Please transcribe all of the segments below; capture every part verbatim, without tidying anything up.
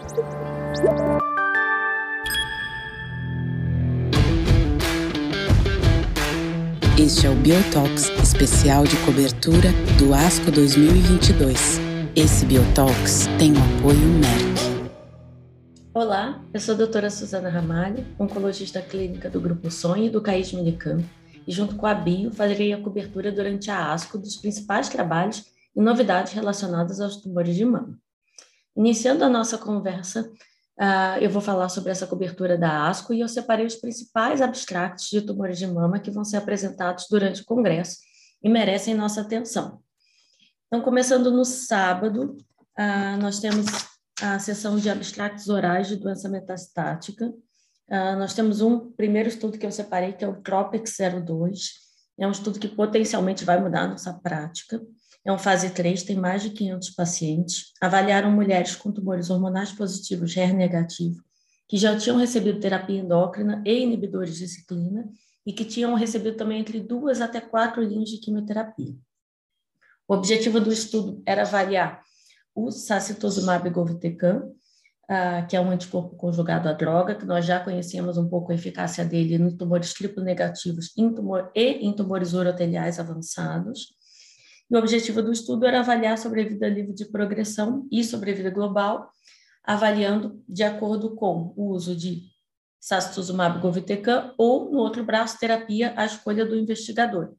Este é o Biotalks especial de cobertura do ASCO dois mil e vinte e dois. Esse Biotalks tem o apoio Merck. Olá, eu sou a doutora Suzana Ramalho, oncologista clínica do Grupo Sonho e do CAIS Minicam, e junto com a Bio farei a cobertura durante a ASCO dos principais trabalhos e novidades relacionadas aos tumores de mama. Iniciando a nossa conversa, Uh, eu vou falar sobre essa cobertura da ASCO e eu separei os principais abstracts de tumores de mama que vão ser apresentados durante o congresso e merecem nossa atenção. Então, começando no sábado, uh, nós temos a sessão de abstracts orais de doença metastática. Uh, nós temos um primeiro estudo que eu separei, que é o TROPICS zero dois. É um estudo que potencialmente vai mudar a nossa prática. É um fase três, tem mais de quinhentos pacientes. Avaliaram mulheres com tumores hormonais positivos, H E R negativo, que já tinham recebido terapia endócrina e inibidores de ciclina e que tinham recebido também entre duas até quatro linhas de quimioterapia. O objetivo do estudo era avaliar o sacituzumab govitecan, uh, que é um anticorpo conjugado à droga, que nós já conhecemos um pouco a eficácia dele em tumores triplo negativos em tumor, e em tumores uroteliais avançados. E o objetivo do estudo era avaliar a sobrevida livre de progressão e sobrevida global, avaliando de acordo com o uso de sacituzumab govitecan ou, no outro braço, terapia à escolha do investigador.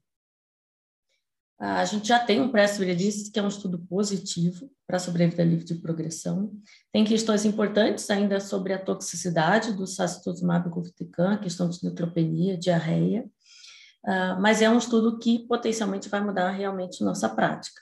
A gente já tem um press release, que é um estudo positivo para a sobrevida livre de progressão. Tem questões importantes ainda sobre a toxicidade do sacituzumab govitecan, questão de neutropenia, diarreia. Uh, mas é um estudo que potencialmente vai mudar realmente nossa prática.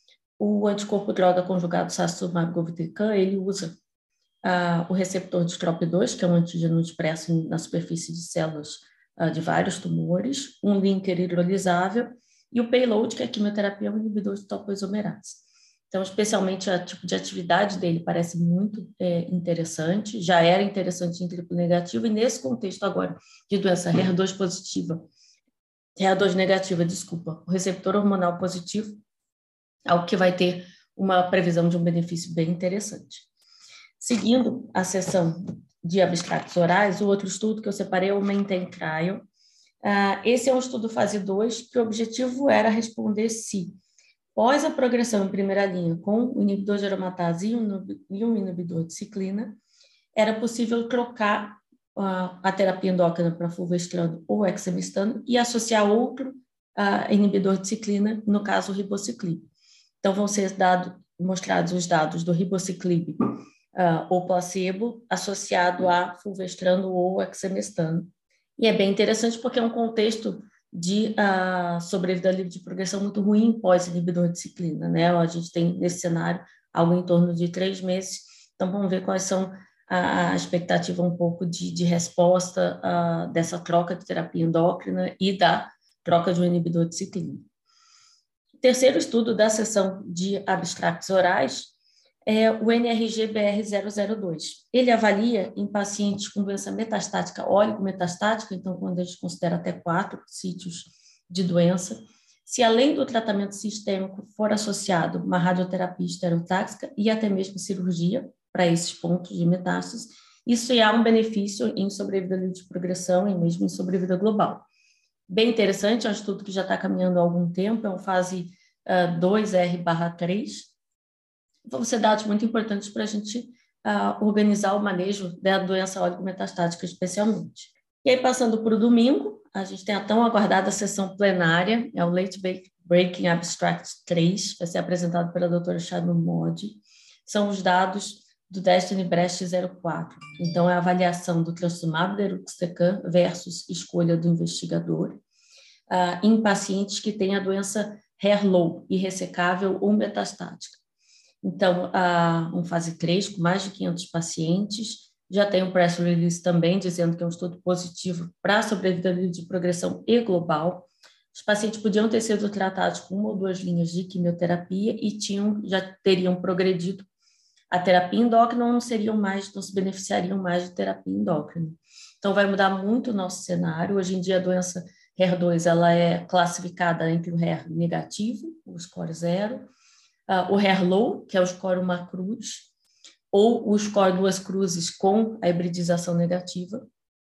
O anticorpo droga conjugado sacituzumab govitecan, ele usa uh, o receptor de T R O P dois, que é um antígeno expresso na superfície de células uh, de vários tumores, um linker hidrolisável e o payload, que é a quimioterapia, é um inibidor de topoisomerase. Então, especialmente o tipo de atividade dele parece muito é, interessante, já era interessante em triplo negativo, e nesse contexto agora de doença H E R dois positiva, H E R dois negativa, desculpa, o receptor hormonal positivo, algo que vai ter uma previsão de um benefício bem interessante. Seguindo a sessão de abstractos orais, o outro estudo que eu separei é o Maintain Trial. Uh, esse é um estudo fase dois, que o objetivo era responder se, pós a progressão em primeira linha com o inibidor de aromatase e um inibidor de ciclina, era possível trocar a terapia endócrina para fulvestrano ou exemestano e associar outro uh, inibidor de ciclina, no caso o ribociclib. Então, vão ser dado, mostrados os dados do ribociclib uh, ou placebo associado a fulvestrano ou exemestano. E é bem interessante porque é um contexto de uh, sobrevida livre de progressão muito ruim pós-inibidor de ciclina, né? A gente tem nesse cenário algo em torno de três meses, então vamos ver quais são a expectativa um pouco de, de resposta uh, dessa troca de terapia endócrina e da troca de um inibidor de ciclina. O terceiro estudo da sessão de abstractos orais é o N R G B R zero zero dois. Ele avalia em pacientes com doença metastática, oligometastática, então quando a gente considera até quatro sítios de doença, se além do tratamento sistêmico for associado uma radioterapia estereotáxica e até mesmo cirurgia, para esses pontos de metástase, isso há um benefício em sobrevida livre de progressão e mesmo em sobrevida global. Bem interessante, é um estudo que já está caminhando há algum tempo, é um fase uh, dois R barra três. Vão ser dados muito importantes para a gente uh, organizar o manejo da doença oligometastática especialmente. E aí, passando para o domingo, a gente tem a tão aguardada sessão plenária, é o Late Breaking Abstract três, vai ser apresentado pela doutora Shanu Modi. São os dados do Destiny Breast zero quatro. Então, é a avaliação do trastuzumab deruxtecan versus escolha do investigador uh, em pacientes que têm a doença H E R low, irressecável ou metastática. Então, uh, um fase três, com mais de quinhentos pacientes, já tem um press release também dizendo que é um estudo positivo para a sobrevida de progressão e global. Os pacientes podiam ter sido tratados com uma ou duas linhas de quimioterapia e tinham, já teriam progredido a terapia endócrina ou não seriam mais, não se beneficiariam mais de terapia endócrina. Então, vai mudar muito o nosso cenário. Hoje em dia, a doença H E R dois ela é classificada entre o H E R negativo, o score zero, uh, o H E R low, que é o score uma cruz, ou o score duas cruzes com a hibridização negativa.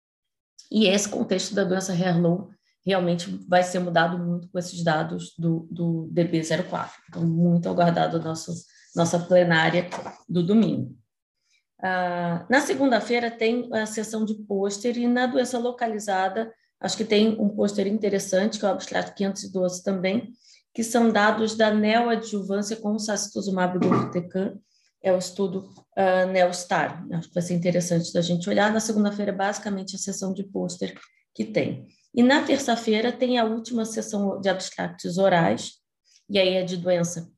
E esse contexto da doença hair-low realmente vai ser mudado muito com esses dados do, do D B zero quatro. Então, muito aguardado nosso, nossa plenária do domingo. Ah, na segunda-feira tem a sessão de pôster, e na doença localizada, acho que tem um pôster interessante, que é o abstrato quinhentos e doze também, que são dados da neoadjuvância com o sacituzumab govitecan, é o estudo uh, NeoStar. Acho que vai ser interessante da gente olhar. Na segunda-feira, basicamente, a sessão de pôster que tem. E na terça-feira tem a última sessão de abstracts orais, e aí é de doença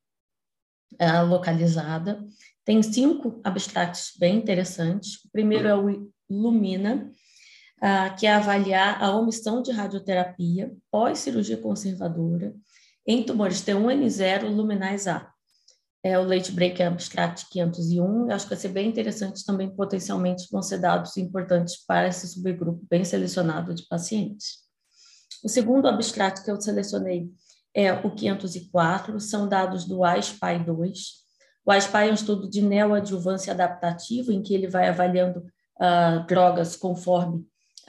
uh, localizada. Tem cinco abstracts bem interessantes. O primeiro é o Lumina, uh, que é avaliar a omissão de radioterapia pós-cirurgia conservadora em tumores T um N zero luminais A. É o Late Break Abstract quinhentos e um, eu acho que vai ser bem interessante também, potencialmente vão ser dados importantes para esse subgrupo bem selecionado de pacientes. O segundo abstract que eu selecionei é o quinhentos e quatro, são dados do I-SPY dois. O I-SPY é um estudo de neoadjuvância adaptativa, em que ele vai avaliando uh, drogas conforme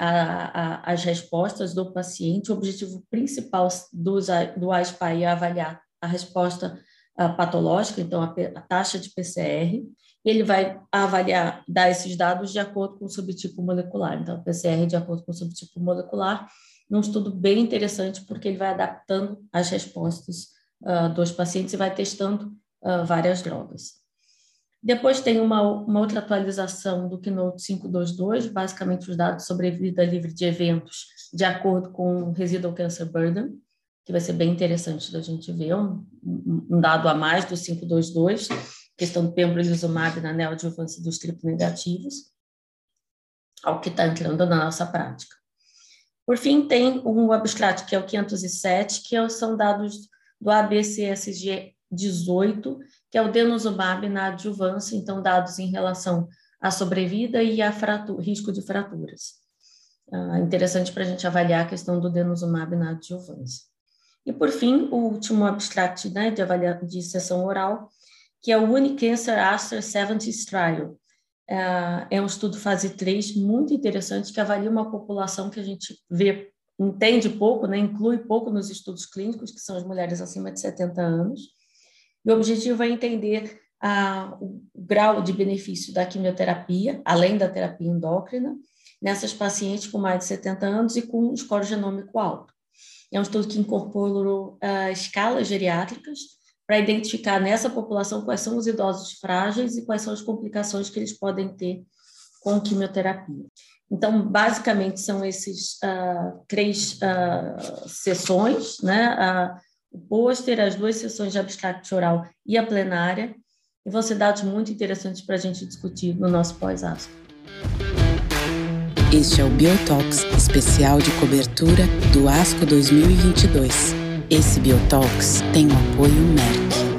a, a, as respostas do paciente. O objetivo principal do, do I-SPY é avaliar a resposta uh, patológica, então a, a taxa de P C R. Ele vai avaliar, dar esses dados de acordo com o subtipo molecular. Então, P C R de acordo com o subtipo molecular, num estudo bem interessante, porque ele vai adaptando as respostas uh, dos pacientes e vai testando uh, várias drogas. Depois tem uma, uma outra atualização do Keynote quinhentos e vinte e dois, basicamente os dados sobre vida livre de eventos de acordo com o Residual Cancer Burden, que vai ser bem interessante da gente ver, um, um dado a mais do quinhentos e vinte e dois, questão do pembrolizumab na neoadjuvância dos triplo negativos, ao que está entrando na nossa prática. Por fim, tem um abstract, que é o quinhentos e sete, que são dados do A B C S G dezoito, que é o denosumab na adjuvância, então dados em relação à sobrevida e a fratura, risco de fraturas. Ah, interessante para a gente avaliar a questão do denosumab na adjuvância. E, por fim, o último abstract, né, de, avalia, de sessão oral, que é o Unicancer After setenta Trial. Ah, é um estudo fase três muito interessante, que avalia uma população que a gente vê, entende pouco, né, inclui pouco nos estudos clínicos, que são as mulheres acima de setenta anos. E o objetivo é entender ah, o grau de benefício da quimioterapia, além da terapia endócrina, nessas pacientes com mais de setenta anos e com um score genômico alto. É um estudo que incorporou ah, escalas geriátricas para identificar nessa população quais são os idosos frágeis e quais são as complicações que eles podem ter com quimioterapia. Então, basicamente, são esses ah, três ah, sessões, né? Ah, o pôster, as duas sessões de abstract oral e a plenária, e vão ser dados muito interessantes para a gente discutir no nosso pós-ASCO. Este é o Biotalks, especial de cobertura do ASCO dois mil e vinte e dois. Esse Biotalks tem o apoio Merck.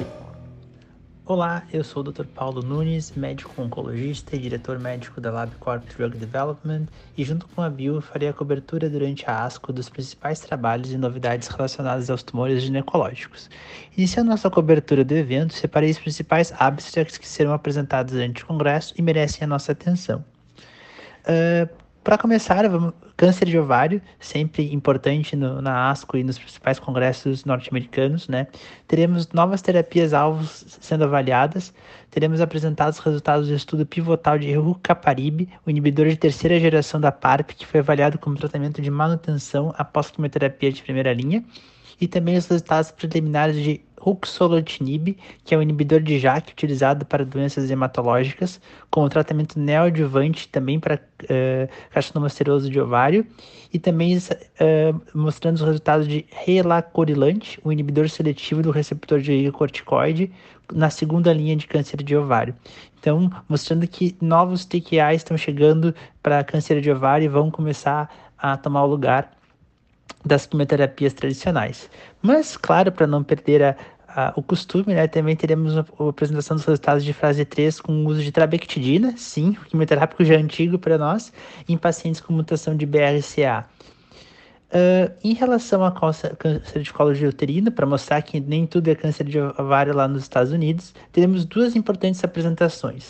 Olá, eu sou o doutor Paulo Nunes, médico oncologista e diretor médico da LabCorp Drug Development, e junto com a Bio farei a cobertura durante a ASCO dos principais trabalhos e novidades relacionadas aos tumores ginecológicos. Iniciando nossa cobertura do evento, separei os principais abstracts que serão apresentados durante o congresso e merecem a nossa atenção. Uh, Para começar, vamos, câncer de ovário, sempre importante no, na ASCO e nos principais congressos norte-americanos, né? Teremos novas terapias-alvos sendo avaliadas, teremos apresentados os resultados do estudo pivotal de rucaparib, o inibidor de terceira geração da PARP, que foi avaliado como tratamento de manutenção após quimioterapia de primeira linha, e também os resultados preliminares de ruxolitinib, que é um inibidor de J A K utilizado para doenças hematológicas, com o tratamento neoadjuvante também para uh, carcinoma seroso de ovário, e também uh, mostrando os resultados de relacorilant, um inibidor seletivo do receptor de corticoide, na segunda linha de câncer de ovário. Então, mostrando que novos T K Is estão chegando para câncer de ovário e vão começar a tomar o lugar das quimioterapias tradicionais. Mas, claro, para não perder a, a, o costume, né, também teremos a, a apresentação dos resultados de fase três com o uso de trabectidina, sim, o quimioterápico já antigo para nós, em pacientes com mutação de B R C A. Uh, em relação a câncer de colo de uterino, para mostrar que nem tudo é câncer de ovário lá nos Estados Unidos, teremos duas importantes apresentações.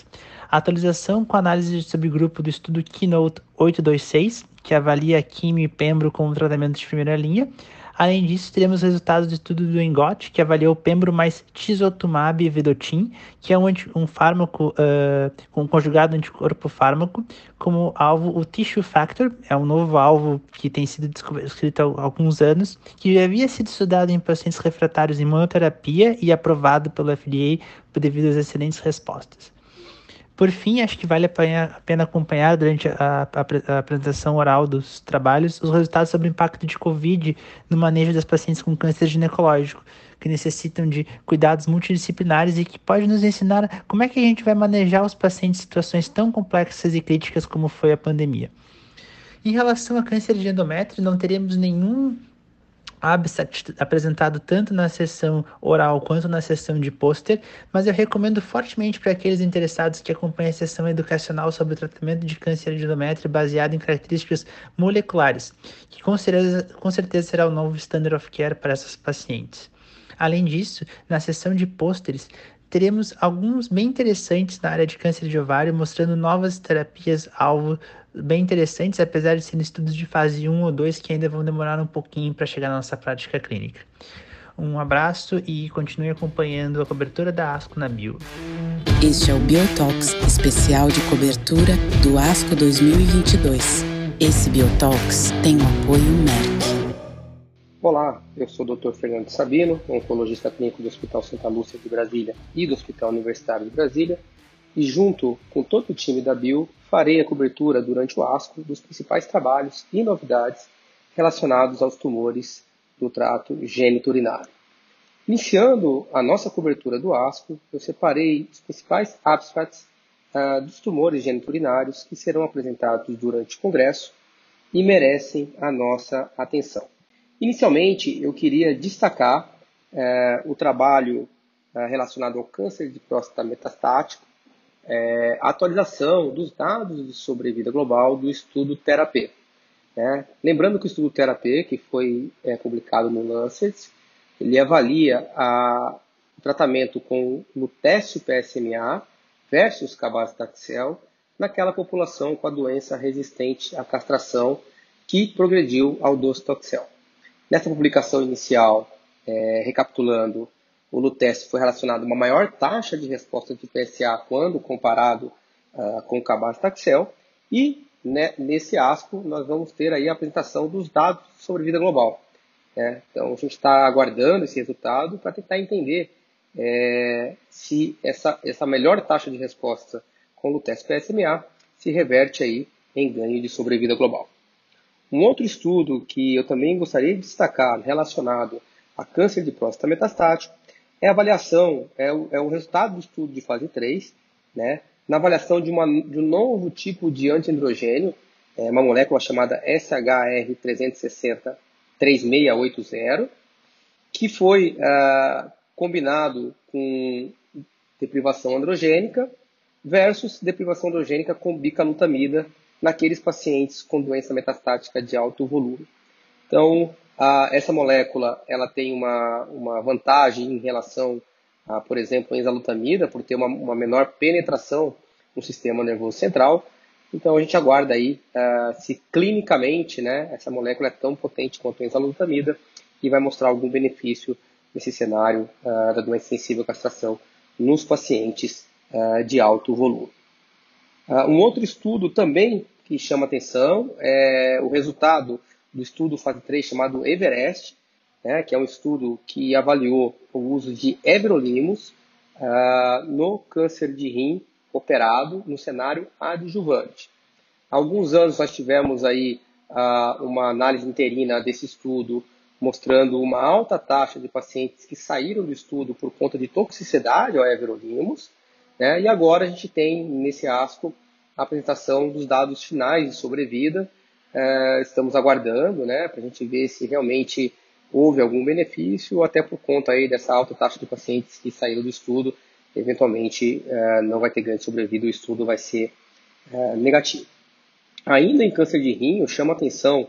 A atualização com análise de subgrupo do estudo Keynote oito dois seis, que avalia quimio e pembro como tratamento de primeira linha. Além disso, teremos resultados do estudo do ENGOT, que avaliou o pembro mais tisotumab vedotin, que é um, um fármaco uh, com conjugado anticorpo-fármaco, como alvo o tissue factor, é um novo alvo que tem sido descrito há alguns anos, que já havia sido estudado em pacientes refratários em monoterapia e aprovado pelo F D A devido às excelentes respostas. Por fim, acho que vale a pena acompanhar durante a, a, a apresentação oral dos trabalhos os resultados sobre o impacto de Covid no manejo das pacientes com câncer ginecológico, que necessitam de cuidados multidisciplinares e que pode nos ensinar como é que a gente vai manejar os pacientes em situações tão complexas e críticas como foi a pandemia. Em relação a câncer de endométrio, não teremos nenhum abstract apresentado tanto na sessão oral quanto na sessão de pôster, mas eu recomendo fortemente para aqueles interessados que acompanhem a sessão educacional sobre o tratamento de câncer de endométrio baseado em características moleculares, que com certeza, com certeza será o novo standard of care para essas pacientes. Além disso, na sessão de pôsteres, teremos alguns bem interessantes na área de câncer de ovário, mostrando novas terapias-alvo bem interessantes, apesar de serem estudos de fase um ou dois que ainda vão demorar um pouquinho para chegar na nossa prática clínica. Um abraço e continue acompanhando a cobertura da ASCO na Bio. Este é o Biotalks, especial de cobertura do ASCO dois mil e vinte e dois. Esse Biotalks tem o apoio Merck. Olá, eu sou o doutor Fernando Sabino, oncologista clínico do Hospital Santa Lúcia de Brasília e do Hospital Universitário de Brasília, e junto com todo o time da Bio, farei a cobertura durante o ASCO dos principais trabalhos e novidades relacionados aos tumores do trato geniturinário. Iniciando a nossa cobertura do ASCO, eu separei os principais abstracts uh, dos tumores geniturinários que serão apresentados durante o congresso e merecem a nossa atenção. Inicialmente, eu queria destacar uh, o trabalho uh, relacionado ao câncer de próstata metastático, É, a atualização dos dados de sobrevida global do estudo TheraP. Né? Lembrando que o estudo TheraP, que foi é, publicado no Lancet, ele avalia a, o tratamento com lutécio P S M A versus cabazitaxel naquela população com a doença resistente à castração que progrediu ao docetaxel. Nessa publicação inicial, é, recapitulando, o lutécio foi relacionado a uma maior taxa de resposta de P S A quando comparado uh, com o cabazitaxel, e né, nesse ASCO nós vamos ter aí a apresentação dos dados de sobrevida global. Né? Então a gente está aguardando esse resultado para tentar entender é, se essa, essa melhor taxa de resposta com o lutécio P S M A se reverte aí em ganho de sobrevida global. Um outro estudo que eu também gostaria de destacar relacionado a câncer de próstata metastático é a avaliação, é o, é o resultado do estudo de fase três, né, na avaliação de, uma, de um novo tipo de antiandrogênio, é uma molécula chamada S H R trezentos e sessenta três seis oito zero, que foi ah, combinado com deprivação androgênica versus deprivação androgênica com bicalutamida naqueles pacientes com doença metastática de alto volume. Então, Ah, essa molécula ela tem uma, uma vantagem em relação a, por exemplo, a enzalutamida, por ter uma, uma menor penetração no sistema nervoso central. Então, a gente aguarda aí uh, se clinicamente, né, essa molécula é tão potente quanto a enzalutamida e vai mostrar algum benefício nesse cenário uh, da doença sensível à castração nos pacientes uh, de alto volume. Uh, um outro estudo também que chama atenção é o resultado do estudo fase três chamado Everest, né, que é um estudo que avaliou o uso de everolimus uh, no câncer de rim operado no cenário adjuvante. Há alguns anos nós tivemos aí uh, uma análise interina desse estudo mostrando uma alta taxa de pacientes que saíram do estudo por conta de toxicidade ao everolimus, né, e agora a gente tem nesse ASCO a apresentação dos dados finais de sobrevida. Uh, estamos aguardando, né, para a gente ver se realmente houve algum benefício, até por conta aí dessa alta taxa de pacientes que saíram do estudo, eventualmente uh, não vai ter grande sobrevida, o estudo vai ser uh, negativo. Ainda em câncer de rim, eu chamo a atenção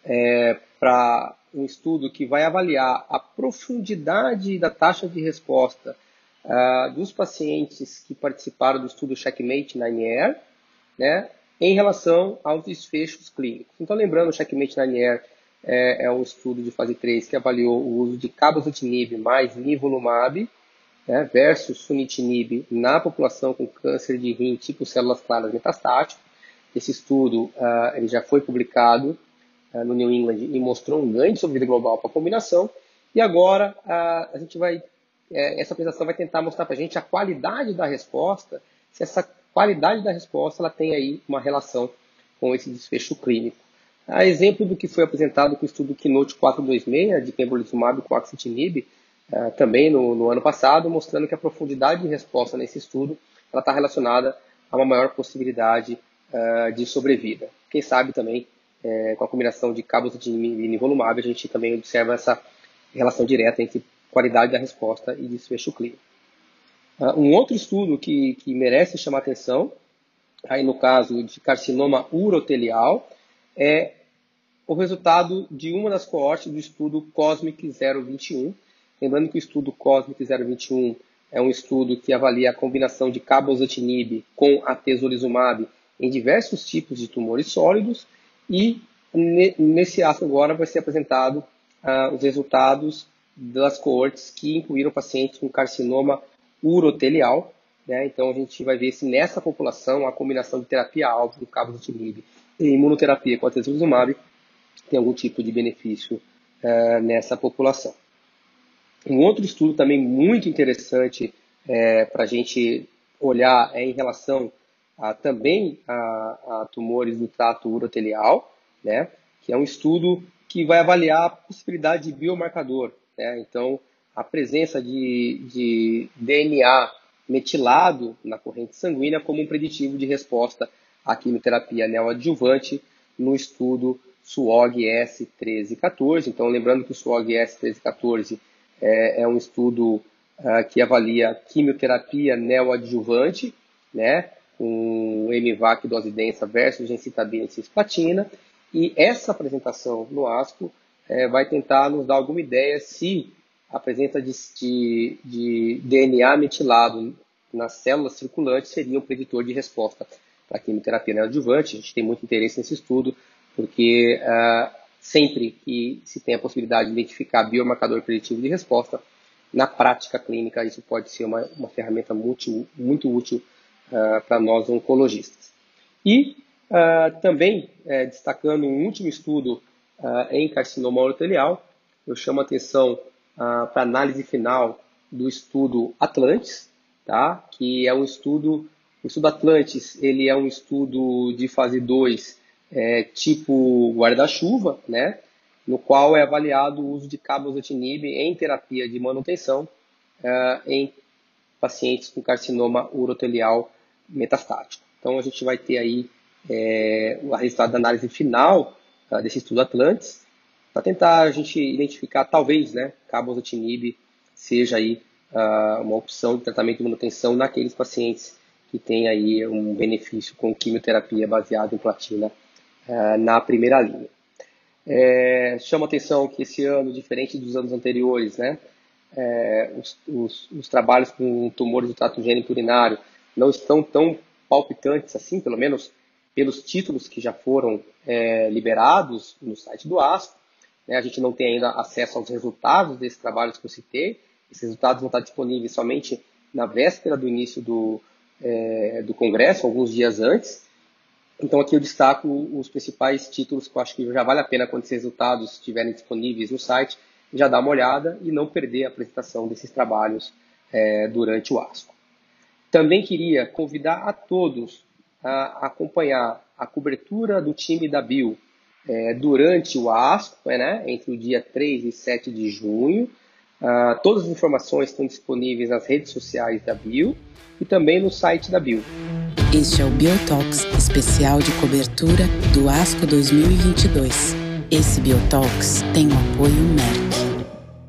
é, para um estudo que vai avaliar a profundidade da taxa de resposta uh, dos pacientes que participaram do estudo CheckMate nove R, né, em relação aos desfechos clínicos. Então, lembrando, o CheckMate nove R é, é um estudo de fase três que avaliou o uso de cabozantinib mais nivolumab, né, versus sunitinib na população com câncer de rim tipo células claras metastático. Esse estudo uh, ele já foi publicado uh, no New England e mostrou um ganho de sobrevida global para a combinação. E agora uh, a gente vai, eh, essa apresentação vai tentar mostrar para a gente a qualidade da resposta, se essa qualidade da resposta ela tem aí uma relação com esse desfecho clínico. A exemplo do que foi apresentado com o estudo Keynote quatrocentos e vinte e seis de pembrolizumab com axitinib, uh, também no, no ano passado, mostrando que a profundidade de resposta nesse estudo está relacionada a uma maior possibilidade uh, de sobrevida. Quem sabe também, uh, com a combinação de cabozantinib e nivolumab, a gente também observa essa relação direta entre qualidade da resposta e desfecho clínico. Uh, um outro estudo que, que merece chamar atenção, aí no caso de carcinoma urotelial, é o resultado de uma das coortes do estudo COSMIC zero vinte e um. Lembrando que o estudo COSMIC zero vinte e um é um estudo que avalia a combinação de cabozantinib com atezolizumab em diversos tipos de tumores sólidos, e ne, nesse ato agora vai ser apresentado uh, os resultados das coortes que incluíram pacientes com carcinoma urotelial, né? Então a gente vai ver se nessa população a combinação de terapia-alvo do cabozantinib e imunoterapia com atezolizumab tem algum tipo de benefício uh, nessa população. Um outro estudo também muito interessante é, para a gente olhar é em relação a, também a, a tumores do trato urotelial, né? Que é um estudo que vai avaliar a possibilidade de biomarcador, né? Então, a presença de, de D N A metilado na corrente sanguínea como um preditivo de resposta à quimioterapia neoadjuvante no estudo S W O G S treze quatorze. Então, lembrando que o S W O G S treze quatorze é, é um estudo uh, que avalia quimioterapia neoadjuvante, né, com M V A C dose densa versus gencitabina e cisplatina. E essa apresentação no ASCO é, vai tentar nos dar alguma ideia se a presença de, de, de D N A metilado nas células circulantes seria um preditor de resposta para a quimioterapia neoadjuvante. A gente tem muito interesse nesse estudo, porque uh, sempre que se tem a possibilidade de identificar biomarcador preditivo de resposta, na prática clínica isso pode ser uma, uma ferramenta muito, muito útil uh, para nós oncologistas. E uh, também, uh, destacando um último estudo uh, em carcinoma urotelial, eu chamo a atenção uh, para a análise final do estudo Atlantis, tá? Que é um estudo, o estudo Atlantis, ele é um estudo de fase dois, É, tipo guarda-chuva, né, no qual é avaliado o uso de cabozantinib em terapia de manutenção uh, em pacientes com carcinoma urotelial metastático. Então a gente vai ter aí é, o resultado da análise final uh, desse estudo Atlantis, para tentar a gente identificar, talvez, né, cabozantinib seja aí uh, uma opção de tratamento de manutenção naqueles pacientes que têm aí um benefício com quimioterapia baseada em platina Uh, na primeira linha. É, chama atenção que esse ano, diferente dos anos anteriores, né, é, os, os, os trabalhos com tumores do trato gênito urinário não estão tão palpitantes assim, pelo menos pelos títulos que já foram é, liberados no site do ASCO. Né, a gente não tem ainda acesso aos resultados desses trabalhos que eu citei. Esses resultados vão estar disponíveis somente na véspera do início do, é, do congresso, alguns dias antes. Então aqui eu destaco os principais títulos que eu acho que já vale a pena, quando esses resultados estiverem disponíveis no site, já dar uma olhada e não perder a apresentação desses trabalhos é, durante o ASCO. Também queria convidar a todos a acompanhar a cobertura do time da Bio é, durante o ASCO, né, entre o dia três e sete de junho. Uh, todas as informações estão disponíveis nas redes sociais da Bio e também no site da Bio. Este é o Biotalks, especial de cobertura do ASCO dois mil e vinte e dois. Esse Biotalks tem o apoio Merck.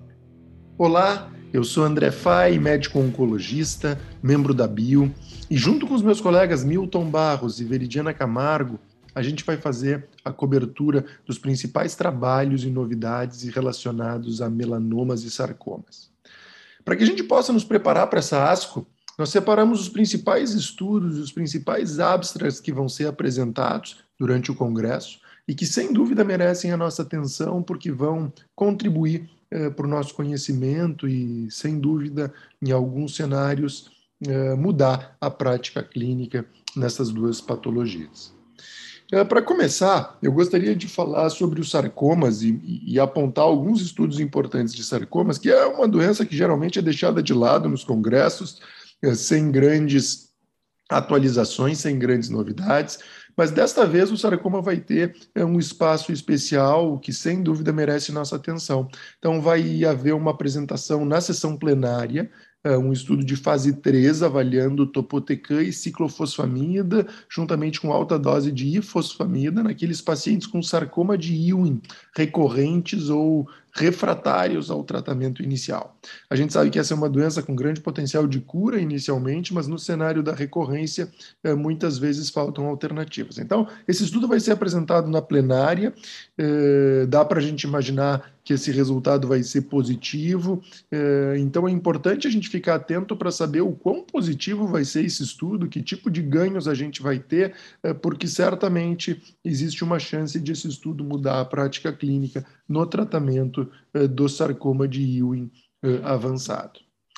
Olá, eu sou André Fay, médico oncologista, membro da Bio, e junto com os meus colegas Milton Barros e Veridiana Camargo, a gente vai fazer a cobertura dos principais trabalhos e novidades relacionados a melanomas e sarcomas. Para que a gente possa nos preparar para essa ASCO, nós separamos os principais estudos, os principais abstracts que vão ser apresentados durante o congresso e que, sem dúvida, merecem a nossa atenção porque vão contribuir eh, para o nosso conhecimento e, sem dúvida, em alguns cenários, eh, mudar a prática clínica nessas duas patologias. Eh, para começar, eu gostaria de falar sobre os sarcomas e, e, e apontar alguns estudos importantes de sarcomas, que é uma doença que geralmente é deixada de lado nos congressos, sem grandes atualizações, sem grandes novidades, mas desta vez o sarcoma vai ter um espaço especial que sem dúvida merece nossa atenção. Então vai haver uma apresentação na sessão plenária, um estudo de fase três avaliando topotecan e ciclofosfamida, juntamente com alta dose de ifosfamida, naqueles pacientes com sarcoma de Ewing recorrentes ou refratários ao tratamento inicial. A gente sabe que essa é uma doença com grande potencial de cura inicialmente, mas no cenário da recorrência, muitas vezes faltam alternativas. Então, esse estudo vai ser apresentado na plenária, eh, dá para a gente imaginar que esse resultado vai ser positivo, eh, então é importante a gente ficar atento para saber o quão positivo vai ser esse estudo, que tipo de ganhos a gente vai ter, eh, porque certamente existe uma chance de esse estudo mudar a prática clínica no tratamento eh, do sarcoma de Ewing eh, avançado.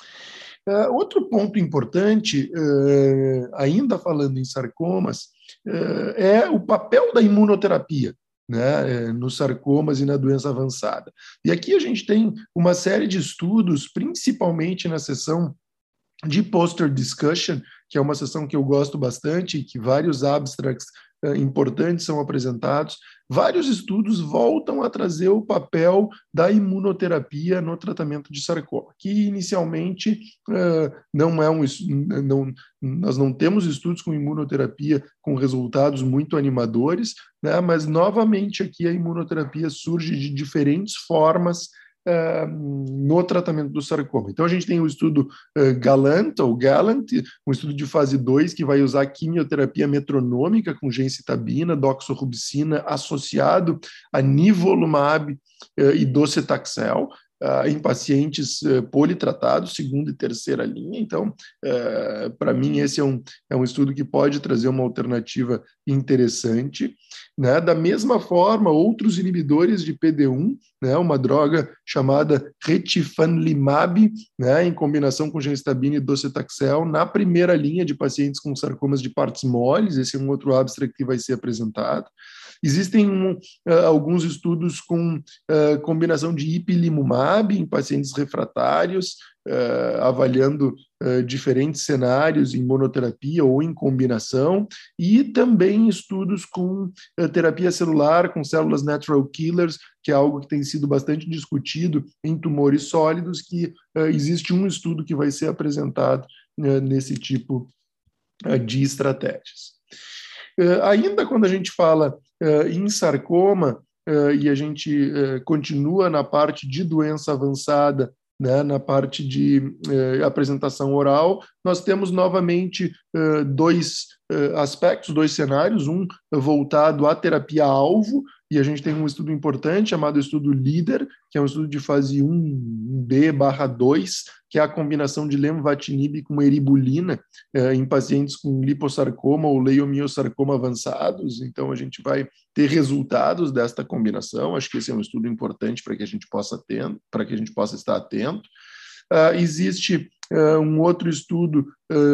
Uh, outro ponto importante, uh, ainda falando em sarcomas, uh, é o papel da imunoterapia, né, nos sarcomas e na doença avançada. E aqui a gente tem uma série de estudos, principalmente na seção de poster discussion, que é uma sessão que eu gosto bastante, que vários abstracts uh, importantes são apresentados. Vários estudos voltam a trazer o papel da imunoterapia no tratamento de sarcoma, que inicialmente uh, não é um, não, nós não temos estudos com imunoterapia com resultados muito animadores, né, mas novamente aqui a imunoterapia surge de diferentes formas Uh, no tratamento do sarcoma. Então, a gente tem o estudo uh, Galant, ou Gallant, um estudo de fase dois, que vai usar quimioterapia metronômica com gencitabina, doxorubicina, associado a nivolumab uh, e docetaxel, Uh, em pacientes uh, politratados, segunda e terceira linha. Então, uh, para mim, esse é um, é um estudo que pode trazer uma alternativa interessante. Né? Da mesma forma, outros inibidores de P D um, né? Uma droga chamada retifanlimab, né? Em combinação com gencitabina e docetaxel, na primeira linha de pacientes com sarcomas de partes moles. Esse é um outro abstract que vai ser apresentado. Existem um, uh, alguns estudos com uh, combinação de ipilimumab em pacientes refratários, uh, avaliando uh, diferentes cenários em monoterapia ou em combinação, e também estudos com uh, terapia celular, com células natural killers, que é algo que tem sido bastante discutido em tumores sólidos, que uh, existe um estudo que vai ser apresentado uh, nesse tipo uh, de estratégias. Uh, ainda quando a gente fala uh, em sarcoma, uh, e a gente uh, continua na parte de doença avançada, né, na parte de uh, apresentação oral, nós temos novamente uh, dois uh, aspectos, dois cenários, um voltado à terapia-alvo, e a gente tem um estudo importante chamado estudo LEADER, que é um estudo de fase um B barra dois, que é a combinação de lenvatinib com eribulina eh, em pacientes com lipossarcoma ou leiomiosarcoma avançados. Então, a gente vai ter resultados desta combinação. Acho que esse é um estudo importante para que a gente possa ter, para que a gente possa estar atento. Uh, existe uh, um outro estudo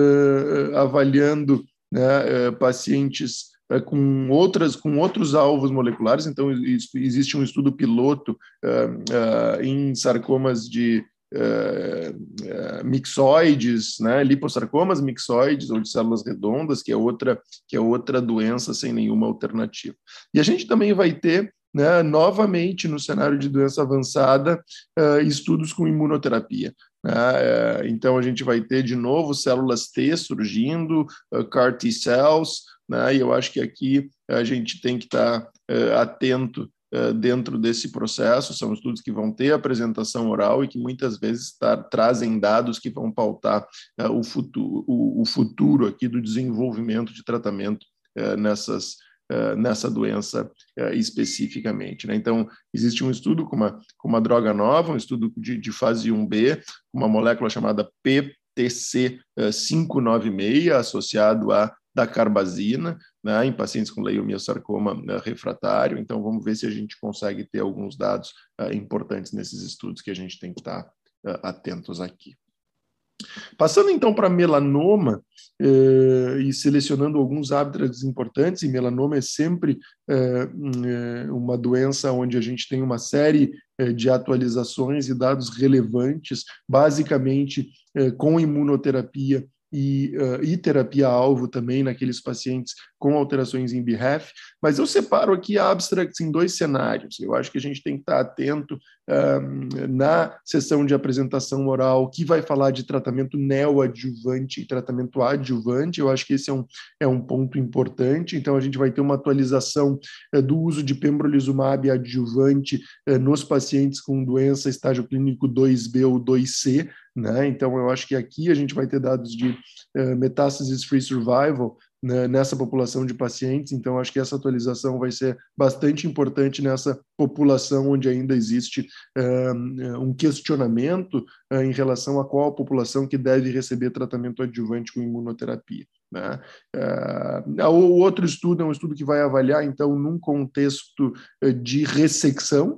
uh, avaliando, né, uh, pacientes com outras, com outros alvos moleculares. Então, existe um estudo piloto uh, uh, em sarcomas de uh, uh, mixoides, né, lipossarcomas mixoides ou de células redondas, que é outra, que é outra doença sem nenhuma alternativa. E a gente também vai ter, né, novamente no cenário de doença avançada, uh, estudos com imunoterapia. Uh, então, a gente vai ter de novo células T surgindo, uh, C A R T-cells, né, e eu acho que aqui a gente tem que estar uh, atento uh, dentro desse processo. São estudos que vão ter apresentação oral e que muitas vezes tá, trazem dados que vão pautar uh, o, futuro, o, o futuro aqui do desenvolvimento de tratamento uh, nessas uh, nessa doença uh, especificamente, né? Então, existe um estudo com uma, com uma droga nova, um estudo de, de fase um B, uma molécula chamada P T C quinhentos e noventa e seis, associado a dacarbazina, né, em pacientes com leiomiosarcoma uh, refratário. Então, vamos ver se a gente consegue ter alguns dados uh, importantes nesses estudos que a gente tem que estar uh, atentos aqui. Passando então para melanoma eh, e selecionando alguns abstracts importantes, e melanoma é sempre eh, uma doença onde a gente tem uma série eh, de atualizações e dados relevantes, basicamente eh, com imunoterapia e, uh, e terapia-alvo também naqueles pacientes com alterações em B R A F, mas eu separo aqui abstracts em dois cenários. Eu acho que a gente tem que estar atento um, na sessão de apresentação oral, que vai falar de tratamento neoadjuvante e tratamento adjuvante. Eu acho que esse é um, é um ponto importante. Então, a gente vai ter uma atualização uh, do uso de pembrolizumab adjuvante uh, nos pacientes com doença estágio clínico dois B ou dois C, né? Então, eu acho que aqui a gente vai ter dados de uh, metástases-free survival, né, nessa população de pacientes. Então, acho que essa atualização vai ser bastante importante nessa população onde ainda existe uh, um questionamento uh, em relação a qual a população que deve receber tratamento adjuvante com imunoterapia, né? Uh, o outro estudo é um estudo que vai avaliar, então, num contexto uh, de ressecção,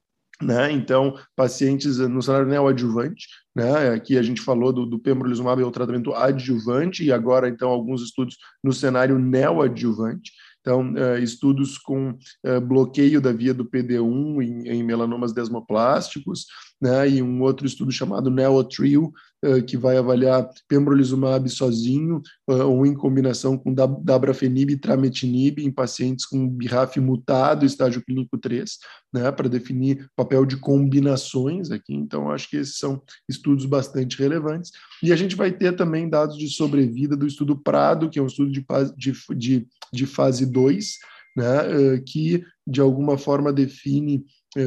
né? Então, pacientes no cenário neoadjuvante, né? Aqui a gente falou do, do pembrolizumab, é o tratamento adjuvante, e agora, então, alguns estudos no cenário neoadjuvante. Então, uh, estudos com uh, bloqueio da via do P D um em, em melanomas desmoplásticos, né? E um outro estudo chamado NeoTrio, uh, que vai avaliar pembrolizumab sozinho uh, ou em combinação com dabrafenib e trametinib em pacientes com B R A F mutado, estágio clínico três, né? Para definir papel de combinações aqui. Então, acho que esses são estudos bastante relevantes. E a gente vai ter também dados de sobrevida do estudo Prado, que é um estudo de, de, de, de fase dois, né, que de alguma forma define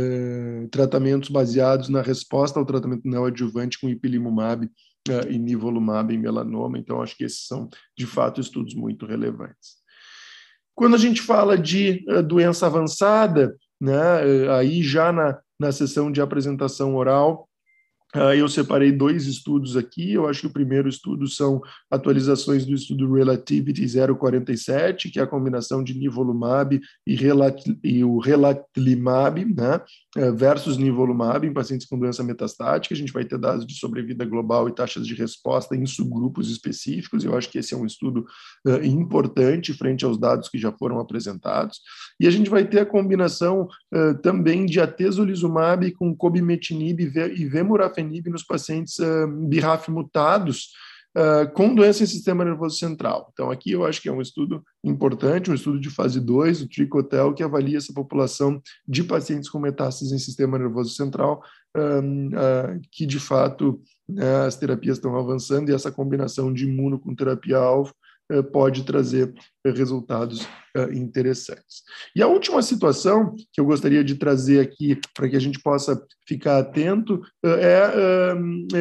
eh, tratamentos baseados na resposta ao tratamento neoadjuvante com ipilimumab eh, e nivolumab em melanoma. Então, acho que esses são, de fato, estudos muito relevantes. Quando a gente fala de uh, doença avançada, né, uh, aí já na, na sessão de apresentação oral, Uh, eu separei dois estudos aqui. Eu acho que o primeiro estudo são atualizações do estudo Relativity zero quarenta e sete, que é a combinação de nivolumab e, relat e o relatlimab, né, uh, versus nivolumab em pacientes com doença metastática. A gente vai ter dados de sobrevida global e taxas de resposta em subgrupos específicos. Eu acho que esse é um estudo uh, importante frente aos dados que já foram apresentados. E a gente vai ter a combinação uh, também de atezolizumab com cobimetinib e vemurafenib nos pacientes uh, B R A F mutados uh, com doença em sistema nervoso central. Então, aqui eu acho que é um estudo importante, um estudo de fase dois, o Tricotel, que avalia essa população de pacientes com metástases em sistema nervoso central, uh, uh, que de fato uh, as terapias estão avançando, e essa combinação de imuno com terapia-alvo uh, pode trazer uh, resultados uh, interessantes. E a última situação que eu gostaria de trazer aqui para que a gente possa ficar atento é, é,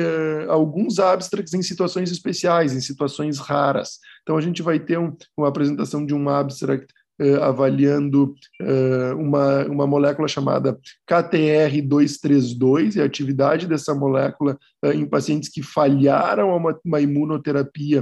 é alguns abstracts em situações especiais, em situações raras. Então, a gente vai ter um, uma apresentação de um abstract é, avaliando é, uma, uma molécula chamada K T R duzentos e trinta e dois e a atividade dessa molécula é, em pacientes que falharam uma, uma imunoterapia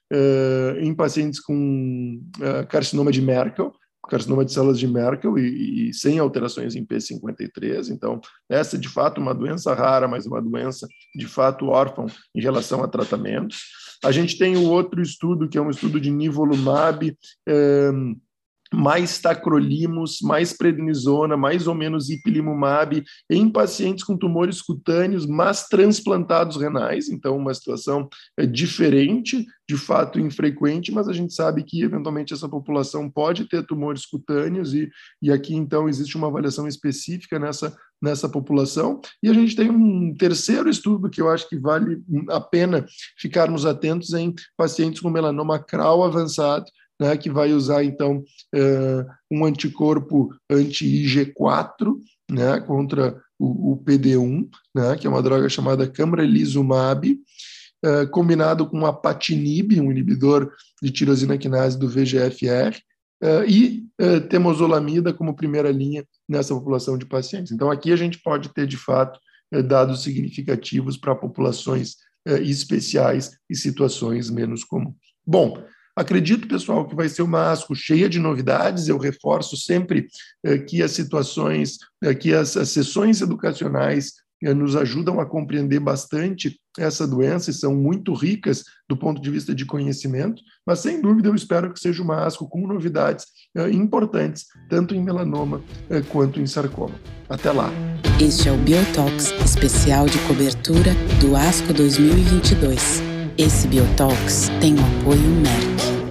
é, em pacientes com é, carcinoma de Merkel, carcinoma de células de Merkel e, e sem alterações em P cinquenta e três. Então, essa é de fato uma doença rara, mas uma doença de fato órfã em relação a tratamentos. A gente tem o outro estudo, que é um estudo de nivolumab, eh, mais tacrolimus, mais prednisona, mais ou menos ipilimumab, em pacientes com tumores cutâneos, mas transplantados renais. Então, uma situação é, diferente, de fato infrequente, mas a gente sabe que, eventualmente, essa população pode ter tumores cutâneos, e, e aqui, então, existe uma avaliação específica nessa, nessa população. E a gente tem um terceiro estudo que eu acho que vale a pena ficarmos atentos em pacientes com melanoma cral avançado, né, que vai usar, então, uh, um anticorpo anti-I G quatro, né, contra o, o P D um, né, que é uma droga chamada camrelizumab, uh, combinado com apatinib, um inibidor de tirosina quinase do V G F R, uh, e uh, temozolomida como primeira linha nessa população de pacientes. Então, aqui a gente pode ter, de fato, uh, dados significativos para populações uh, especiais e situações menos comuns. Bom, acredito, pessoal, que vai ser uma ASCO cheia de novidades. Eu reforço sempre uh, que as situações, uh, que as, as sessões educacionais nos ajudam a compreender bastante essa doença e são muito ricas do ponto de vista de conhecimento, mas sem dúvida eu espero que seja uma ASCO com novidades uh, importantes, tanto em melanoma uh, quanto em sarcoma. Até lá! Este é o Biotox especial de cobertura do ASCO dois mil e vinte e dois. Esse Biotox tem o apoio Merck.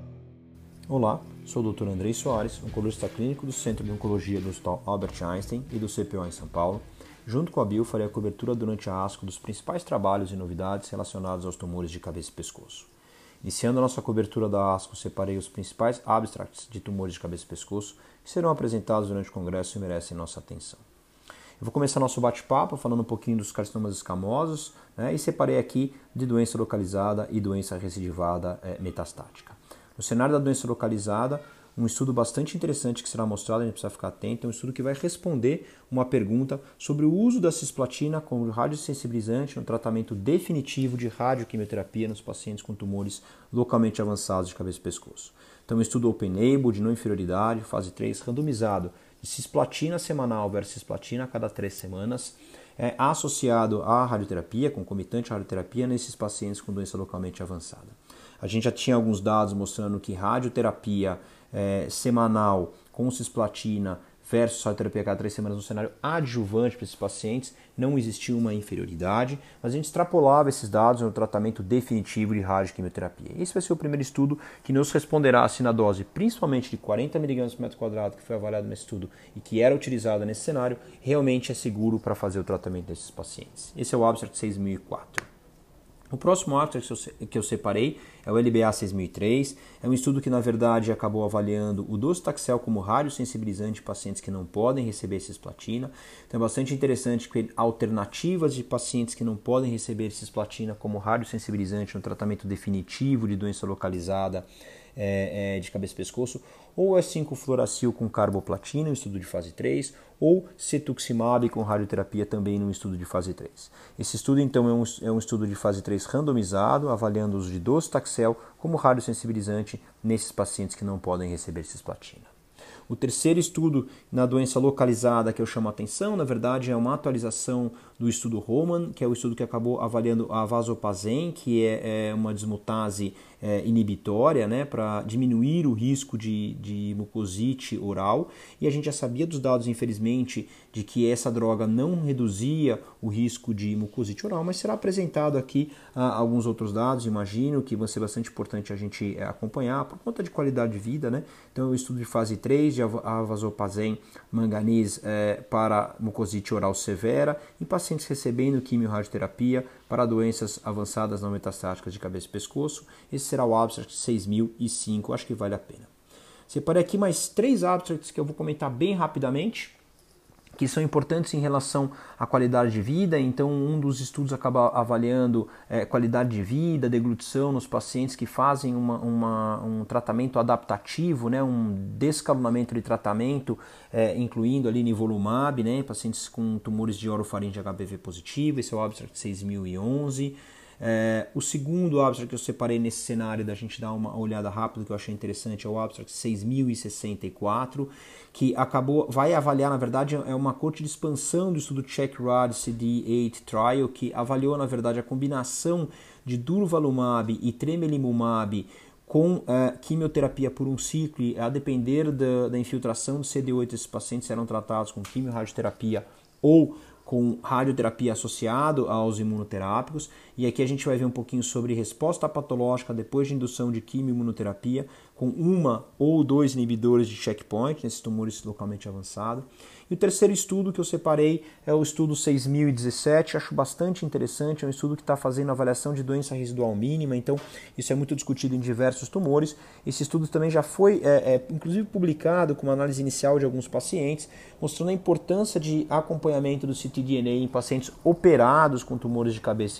Olá, sou o doutor Andrei Soares, oncologista clínico do Centro de Oncologia do Hospital Albert Einstein e do C P O em São Paulo. Junto com a Bio, farei a cobertura durante a ASCO dos principais trabalhos e novidades relacionados aos tumores de cabeça e pescoço. Iniciando a nossa cobertura da ASCO, separei os principais abstracts de tumores de cabeça e pescoço que serão apresentados durante o congresso e merecem nossa atenção. Eu vou começar nosso bate-papo falando um pouquinho dos carcinomas escamosos, né, e separei aqui de doença localizada e doença recidivada é, metastática. No cenário da doença localizada, um estudo bastante interessante que será mostrado, a gente precisa ficar atento, é um estudo que vai responder uma pergunta sobre o uso da cisplatina como radiosensibilizante no tratamento definitivo de radioquimioterapia nos pacientes com tumores localmente avançados de cabeça e pescoço. Então, um estudo open-label de não inferioridade, fase três, randomizado, de cisplatina semanal versus cisplatina a cada três semanas, é, associado à radioterapia, concomitante à radioterapia, nesses pacientes com doença localmente avançada. A gente já tinha alguns dados mostrando que radioterapia É, semanal com cisplatina versus radioterapia a cada três semanas no cenário adjuvante para esses pacientes, não existia uma inferioridade, mas a gente extrapolava esses dados no tratamento definitivo de radioquimioterapia. Esse vai ser o primeiro estudo que nos responderá se na dose, principalmente de quarenta miligramas por metro quadrado, que foi avaliado nesse estudo e que era utilizada nesse cenário, realmente é seguro para fazer o tratamento desses pacientes. Esse é o abstract seis mil e quatro. O próximo abstract que eu separei é o L B A seis mil e três, é um estudo que na verdade acabou avaliando o docetaxel como radiosensibilizante em pacientes que não podem receber cisplatina. Então é bastante interessante que alternativas de pacientes que não podem receber cisplatina como radiosensibilizante no tratamento definitivo de doença localizada é, é, de cabeça e pescoço, ou é cinco fluoracil com carboplatina, um estudo de fase três, ou cetuximab com radioterapia também num estudo de fase três. Esse estudo então é um, é um estudo de fase três randomizado, avaliando o uso de docetaxel como radiosensibilizante nesses pacientes que não podem receber cisplatina. O terceiro estudo na doença localizada que eu chamo a atenção, na verdade, é uma atualização do estudo Roman, que é o estudo que acabou avaliando a vasopazen, que é, é uma dismutase é, inibitória, né, para diminuir o risco de, de mucosite oral. E a gente já sabia dos dados, infelizmente, de que essa droga não reduzia o risco de mucosite oral, mas será apresentado aqui ah, alguns outros dados, imagino, que vão ser bastante importante a gente é, acompanhar por conta de qualidade de vida, né? Então, o estudo de fase três de avazopazen manganês é, para mucosite oral severa em pacientes recebendo quimiorradioterapia para doenças avançadas não metastáticas de cabeça e pescoço. Esse será o abstract seis mil e cinco, acho que vale a pena. Separei aqui mais três abstracts que eu vou comentar bem rapidamente, que são importantes em relação à qualidade de vida. Então, um dos estudos acaba avaliando é, qualidade de vida, deglutição nos pacientes que fazem uma, uma, um tratamento adaptativo, né, um descalonamento de tratamento, é, incluindo ali nivolumab, né, pacientes com tumores de orofaringe H P V positivo. Esse é o abstract seis mil e onze. É, o segundo abstract que eu separei nesse cenário da gente dar uma olhada rápida que eu achei interessante é o abstract seis mil e sessenta e quatro, que acabou, vai avaliar, na verdade, é uma corte de expansão do estudo CheckRAD C D oito Trial, que avaliou, na verdade, a combinação de durvalumab e tremelimumab com uh, quimioterapia por um ciclo, e a depender da, da infiltração do C D oito, esses pacientes eram tratados com quimiorradioterapia ou com radioterapia associado aos imunoterápicos. E aqui a gente vai ver um pouquinho sobre resposta patológica depois de indução de quimioimunoterapia com uma ou dois inibidores de checkpoint nesses tumores localmente avançados. E o terceiro estudo que eu separei é o estudo seis mil e dezessete, acho bastante interessante, é um estudo que está fazendo avaliação de doença residual mínima, então isso é muito discutido em diversos tumores. Esse estudo também já foi, é, é, inclusive, publicado com uma análise inicial de alguns pacientes, mostrando a importância de acompanhamento do C T D N A em pacientes operados com tumores de cabeça e pescoço,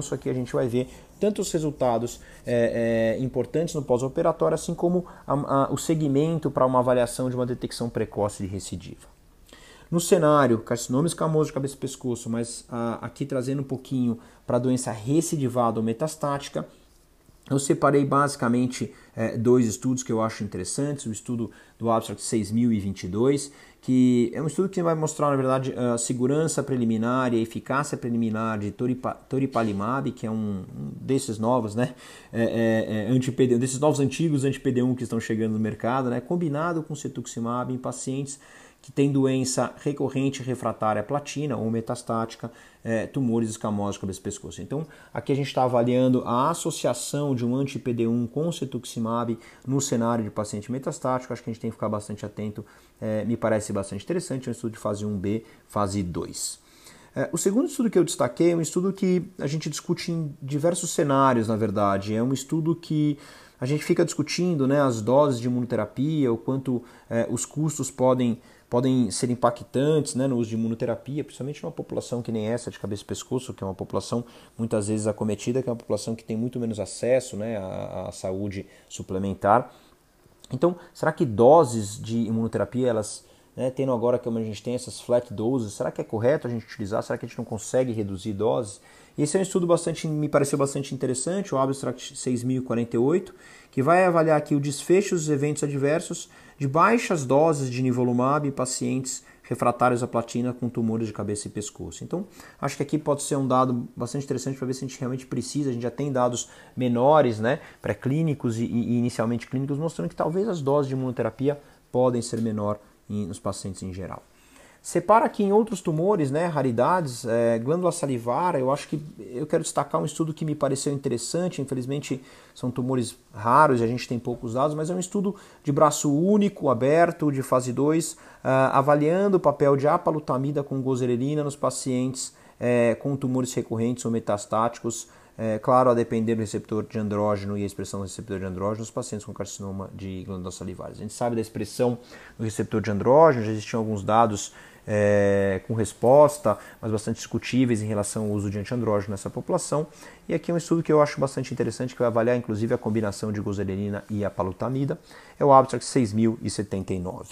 pescoço, aqui a gente vai ver tanto os resultados é, é, importantes no pós-operatório, assim como a, a, o segmento para uma avaliação de uma detecção precoce de recidiva. No cenário, carcinoma escamoso de cabeça e pescoço, mas a, aqui trazendo um pouquinho para a doença recidivada ou metastática, eu separei basicamente é, dois estudos que eu acho interessantes. O estudo do Abstract seis mil e vinte e dois, que é um estudo que vai mostrar, na verdade, a segurança preliminar e a eficácia preliminar de toripa, toripalimab, que é um, um desses novos, né, é, é, é, anti-P D um, desses novos antigos anti-P D um que estão chegando no mercado, né, combinado com cetuximab em pacientes que tem doença recorrente refratária à platina ou metastática, é, tumores escamosos de cabeça e pescoço. Então, aqui a gente está avaliando a associação de um anti-P D um com cetuximab no cenário de paciente metastático. Acho que a gente tem que ficar bastante atento, é, me parece bastante interessante. É um estudo de fase um B, fase dois. É, o segundo estudo que eu destaquei é um estudo que a gente discute em diversos cenários, na verdade. É um estudo que a gente fica discutindo, né, as doses de imunoterapia, o quanto é, os custos podem podem ser impactantes, né, no uso de imunoterapia, principalmente numa população que nem essa de cabeça e pescoço, que é uma população muitas vezes acometida, que é uma população que tem muito menos acesso, né, à, à saúde suplementar. Então, será que doses de imunoterapia, elas, né, tendo agora que a gente tem essas flat doses, será que é correto a gente utilizar? Será que a gente não consegue reduzir doses? Esse é um estudo bastante, me pareceu bastante interessante, o Abstract seis mil e quarenta e oito, que vai avaliar aqui o desfecho dos eventos adversos de baixas doses de nivolumab em pacientes refratários à platina com tumores de cabeça e pescoço. Então, acho que aqui pode ser um dado bastante interessante para ver se a gente realmente precisa. A gente já tem dados menores, né, pré-clínicos e, e inicialmente clínicos, mostrando que talvez as doses de imunoterapia podem ser menor em, nos pacientes em geral. Separa aqui em outros tumores, né, raridades, é, glândula salivar. Eu acho que eu quero destacar um estudo que me pareceu interessante. Infelizmente são tumores raros e a gente tem poucos dados, mas é um estudo de braço único, aberto, de fase dois, uh, avaliando o papel de apalutamida com gozerelina nos pacientes é, com tumores recorrentes ou metastáticos, é, claro, a depender do receptor de andrógeno e a expressão do receptor de andrógeno nos pacientes com carcinoma de glândulas salivares. A gente sabe da expressão do receptor de andrógeno, já existiam alguns dados É, com resposta, mas bastante discutíveis em relação ao uso de antiandrógeno nessa população. E aqui é um estudo que eu acho bastante interessante, que vai avaliar inclusive a combinação de gozerelina e apalutamida. É o Abstract seis mil e setenta e nove.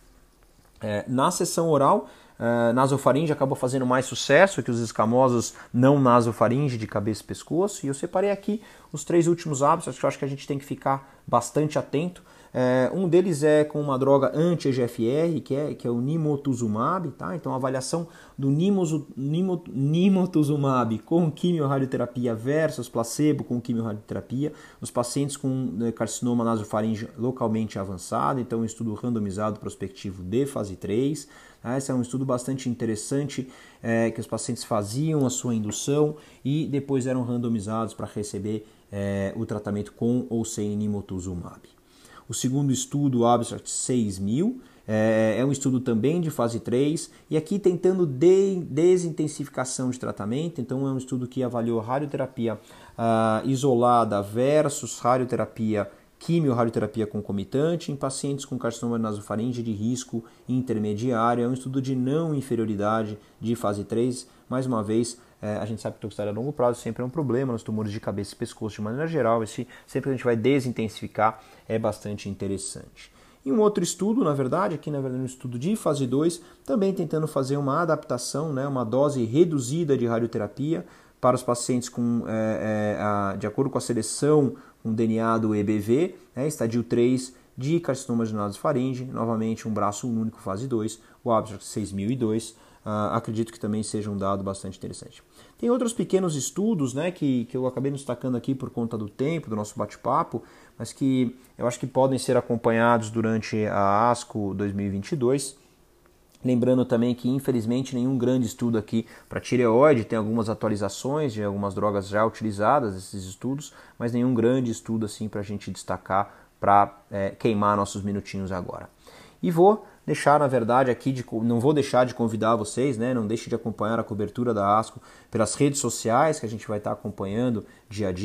É, na sessão oral, Uh, nasofaringe acaba fazendo mais sucesso que os escamosos não nasofaringe de cabeça e pescoço, e eu separei aqui os três últimos hábitos que eu acho que a gente tem que ficar bastante atento. Uh, um deles é com uma droga anti-E G F R, que é, que é o nimotuzumab, tá? Então a avaliação do nimozu, nimo, nimotuzumab com quimio-radioterapia versus placebo com quimio-radioterapia, os pacientes com né, carcinoma nasofaringe localmente avançado, então um estudo randomizado prospectivo de fase três. Esse é um estudo bastante interessante, é, que os pacientes faziam a sua indução e depois eram randomizados para receber é, o tratamento com ou sem nimotuzumab. O segundo estudo, o Abstract seis mil, é, é um estudo também de fase três e aqui tentando de, desintensificação de tratamento. Então é um estudo que avaliou radioterapia uh, isolada versus radioterapia quimio-radioterapia concomitante em pacientes com carcinoma de nasofaringe de risco intermediário. É um estudo de não inferioridade de fase três. Mais uma vez, é, a gente sabe que toxicidade a longo prazo sempre é um problema nos tumores de cabeça e pescoço de maneira geral. Esse, sempre que a gente vai desintensificar, é bastante interessante. E um outro estudo, na verdade, aqui na verdade um estudo de fase dois, também tentando fazer uma adaptação, né, uma dose reduzida de radioterapia para os pacientes com, é, é, a, de acordo com a seleção com D N A do E B V, né, estadio três de carcinoma de nasofaringe, novamente um braço único, fase dois, o Abstract seis mil e dois, uh, acredito que também seja um dado bastante interessante. Tem outros pequenos estudos, né, que, que eu acabei destacando aqui por conta do tempo, do nosso bate-papo, mas que eu acho que podem ser acompanhados durante a ASCO dois mil e vinte e dois. Lembrando também que, infelizmente, nenhum grande estudo aqui para tireoide, tem algumas atualizações de algumas drogas já utilizadas, esses estudos, mas nenhum grande estudo assim para a gente destacar, para é, queimar nossos minutinhos agora. E vou deixar, na verdade, aqui, de, não vou deixar de convidar vocês, né, não deixe de acompanhar a cobertura da ASCO pelas redes sociais, que a gente vai estar acompanhando dia a dia.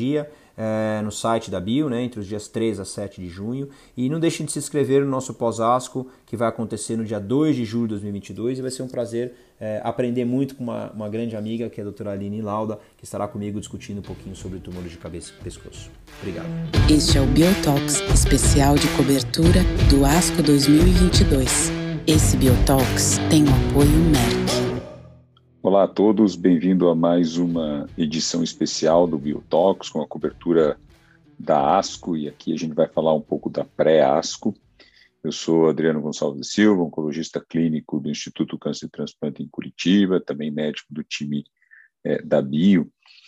é, no site da Bio, né, entre os dias três a sete de junho. E não deixem de se inscrever no nosso pós-ASCO, que vai acontecer no dia dois de julho de dois mil e vinte e dois, e vai ser um prazer é, aprender muito com uma, uma grande amiga, que é a doutora Aline Lauda, que estará comigo discutindo um pouquinho sobre tumores de cabeça e pescoço. Obrigado. Este é o Biotalks, especial de cobertura do ASCO dois mil e vinte e dois. Esse Biotalks tem o apoio Merck. Olá a todos, bem-vindo a mais uma edição especial do Biotalks com a cobertura da ASCO, e aqui a gente vai falar um pouco da pré-ASCO. Eu sou Adriano Gonçalves da Silva, oncologista clínico do Instituto Câncer e Transplante em Curitiba, também médico do time é, da Bio,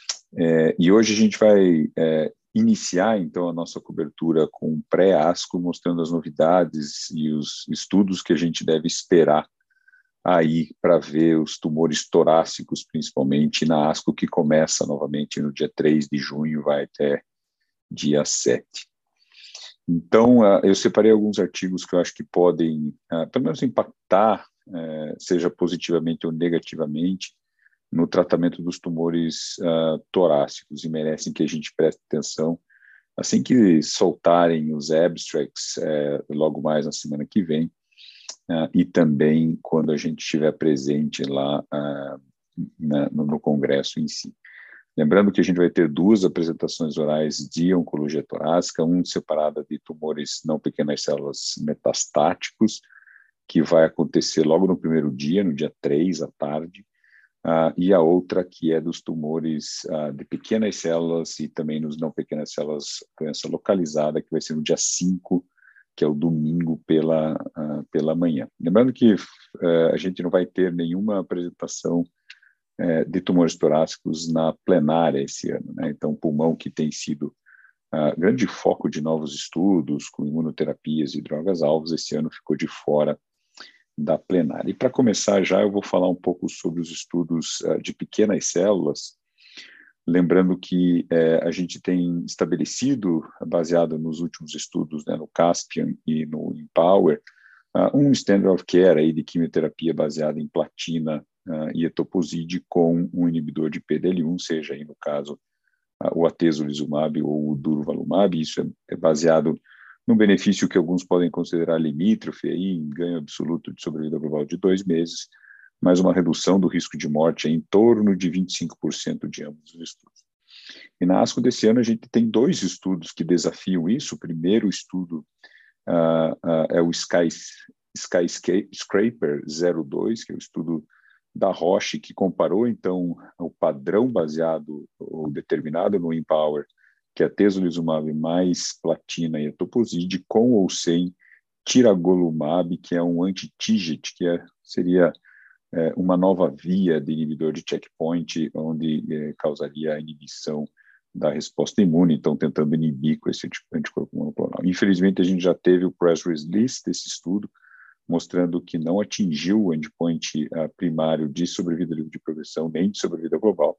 é, e hoje a gente vai é, iniciar então a nossa cobertura com o pré-ASCO, mostrando as novidades e os estudos que a gente deve esperar aí para ver os tumores torácicos, principalmente na ASCO, que começa novamente no dia três de junho, vai até dia sete. Então, eu separei alguns artigos que eu acho que podem, pelo menos, impactar, seja positivamente ou negativamente, no tratamento dos tumores torácicos, e merecem que a gente preste atenção assim que soltarem os abstracts, logo mais na semana que vem, Uh, e também quando a gente estiver presente lá uh, na, no, no congresso em si. Lembrando que a gente vai ter duas apresentações orais de oncologia torácica, uma separada de tumores não pequenas células metastáticos, que vai acontecer logo no primeiro dia, no dia três à tarde, uh, e a outra que é dos tumores uh, de pequenas células e também nos não pequenas células, doença localizada, que vai ser no dia cinco, que é o domingo pela, uh, pela manhã. Lembrando que uh, a gente não vai ter nenhuma apresentação uh, de tumores torácicos na plenária esse ano, né? Então, o pulmão, que tem sido uh, grande foco de novos estudos com imunoterapias e drogas-alvos, esse ano ficou de fora da plenária. E para começar já, eu vou falar um pouco sobre os estudos uh, de pequenas células, lembrando que é, a gente tem estabelecido, baseado nos últimos estudos, né, no CASPIAN e no EMPOWER, uh, um standard of care aí de quimioterapia baseada em platina uh, e etoposide com um inibidor de P D L um, seja aí no caso uh, o atezolizumab ou o durvalumab. Isso é, é baseado no benefício que alguns podem considerar limítrofe, aí, em ganho absoluto de sobrevida global de dois meses, mas uma redução do risco de morte em torno de vinte e cinco por cento de ambos os estudos. E na ASCO desse ano a gente tem dois estudos que desafiam isso. O primeiro estudo uh, uh, é o Sky, Skyscraper zero dois, que é o estudo da Roche, que comparou então o padrão baseado ou determinado no EMPOWER, que é atezolizumab mais platina e etoposide, com ou sem tiragolumab, que é um anti-T I G I T, que é, seria É uma nova via de inibidor de checkpoint, onde é, causaria a inibição da resposta imune, então tentando inibir com esse anticorpo monoclonal. Infelizmente, a gente já teve o press release desse estudo, mostrando que não atingiu o endpoint uh, primário de sobrevida livre de progressão, nem de sobrevida global.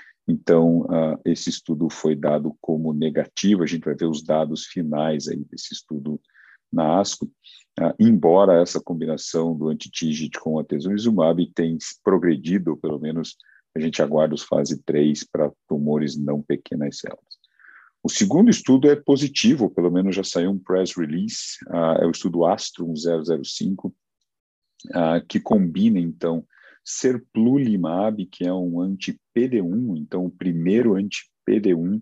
Então, uh, esse estudo foi dado como negativo. A gente vai ver os dados finais aí desse estudo na ASCO, uh, embora essa combinação do anti-T I G I T com o atezolizumab tenha progredido, pelo menos a gente aguarda os fase três para tumores não pequenas células. O segundo estudo é positivo, pelo menos já saiu um press release, uh, é o estudo ASTROM zero zero cinco, uh, que combina, então, serplulimab, que é um anti-P D um, então o primeiro anti-P D um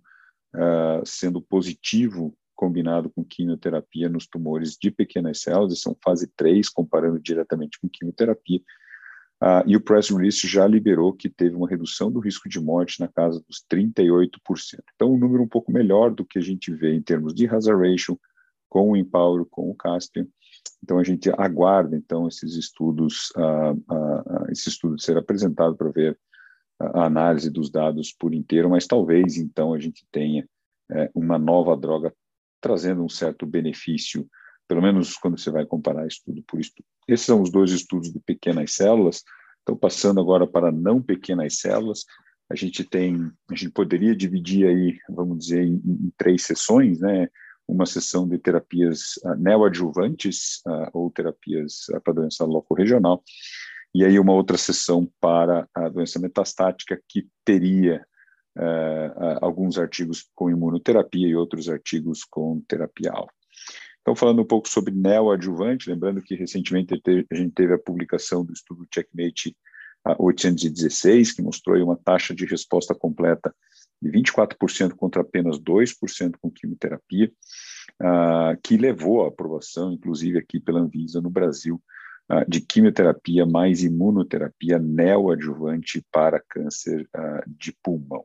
uh, sendo positivo combinado com quimioterapia nos tumores de pequenas células, são fase três, comparando diretamente com quimioterapia, uh, e o press release já liberou que teve uma redução do risco de morte na casa dos trinta e oito por cento. Então, um número um pouco melhor do que a gente vê em termos de hazard ratio, com o EMPOWER, com o CASPIAN. Então, a gente aguarda, então, esses estudos, uh, uh, uh, esse estudo ser apresentado para ver a análise dos dados por inteiro, mas talvez, então, a gente tenha uh, uma nova droga trazendo um certo benefício, pelo menos quando você vai comparar estudo por estudo. Esses são os dois estudos de pequenas células. Então, passando agora para não pequenas células, a gente tem, a gente poderia dividir aí, vamos dizer, em, em três sessões, né? Uma sessão de terapias uh, neoadjuvantes uh, ou terapias uh, para doença locorregional, e aí uma outra sessão para a doença metastática, que teria uh, alguns artigos com imunoterapia e outros artigos com terapia-alvo. Então, falando um pouco sobre neoadjuvante, lembrando que recentemente a gente teve a publicação do estudo Checkmate oitocentos e dezesseis, que mostrou aí uma taxa de resposta completa de vinte e quatro por cento contra apenas dois por cento com quimioterapia, uh, que levou à aprovação, inclusive aqui pela Anvisa no Brasil, uh, de quimioterapia mais imunoterapia neoadjuvante para câncer uh, de pulmão.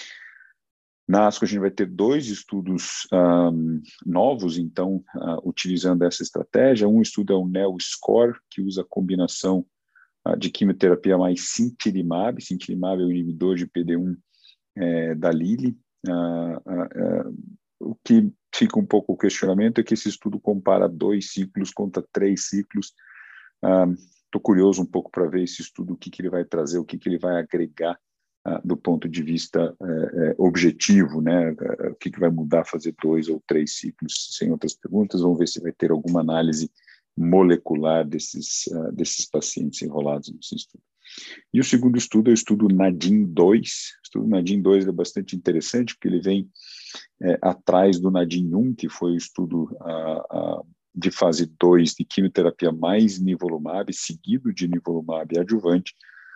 Na ASCO, a gente vai ter dois estudos um, novos, então, uh, utilizando essa estratégia. Um estudo é o NeoScore, que usa a combinação uh, de quimioterapia mais sintilimab. Sintilimab é o inibidor de P D um é, da Lilly. Uh, uh, uh, o que fica um pouco o questionamento é que esse estudo compara dois ciclos contra três ciclos. Estou uh, curioso um pouco para ver esse estudo, o que, que ele vai trazer, o que, que ele vai agregar Uh, do ponto de vista uh, uh, objetivo, né? Uh, o que, que vai mudar fazer dois ou três ciclos, sem outras perguntas. Vamos ver se vai ter alguma análise molecular desses, uh, desses pacientes enrolados nesse estudo. E o segundo estudo é o estudo NADIM dois. O estudo NADIM dois é bastante interessante, porque ele vem uh, atrás do NADIM um, que foi o estudo uh, uh, de fase dois de quimioterapia mais nivolumab, seguido de nivolumab adjuvante,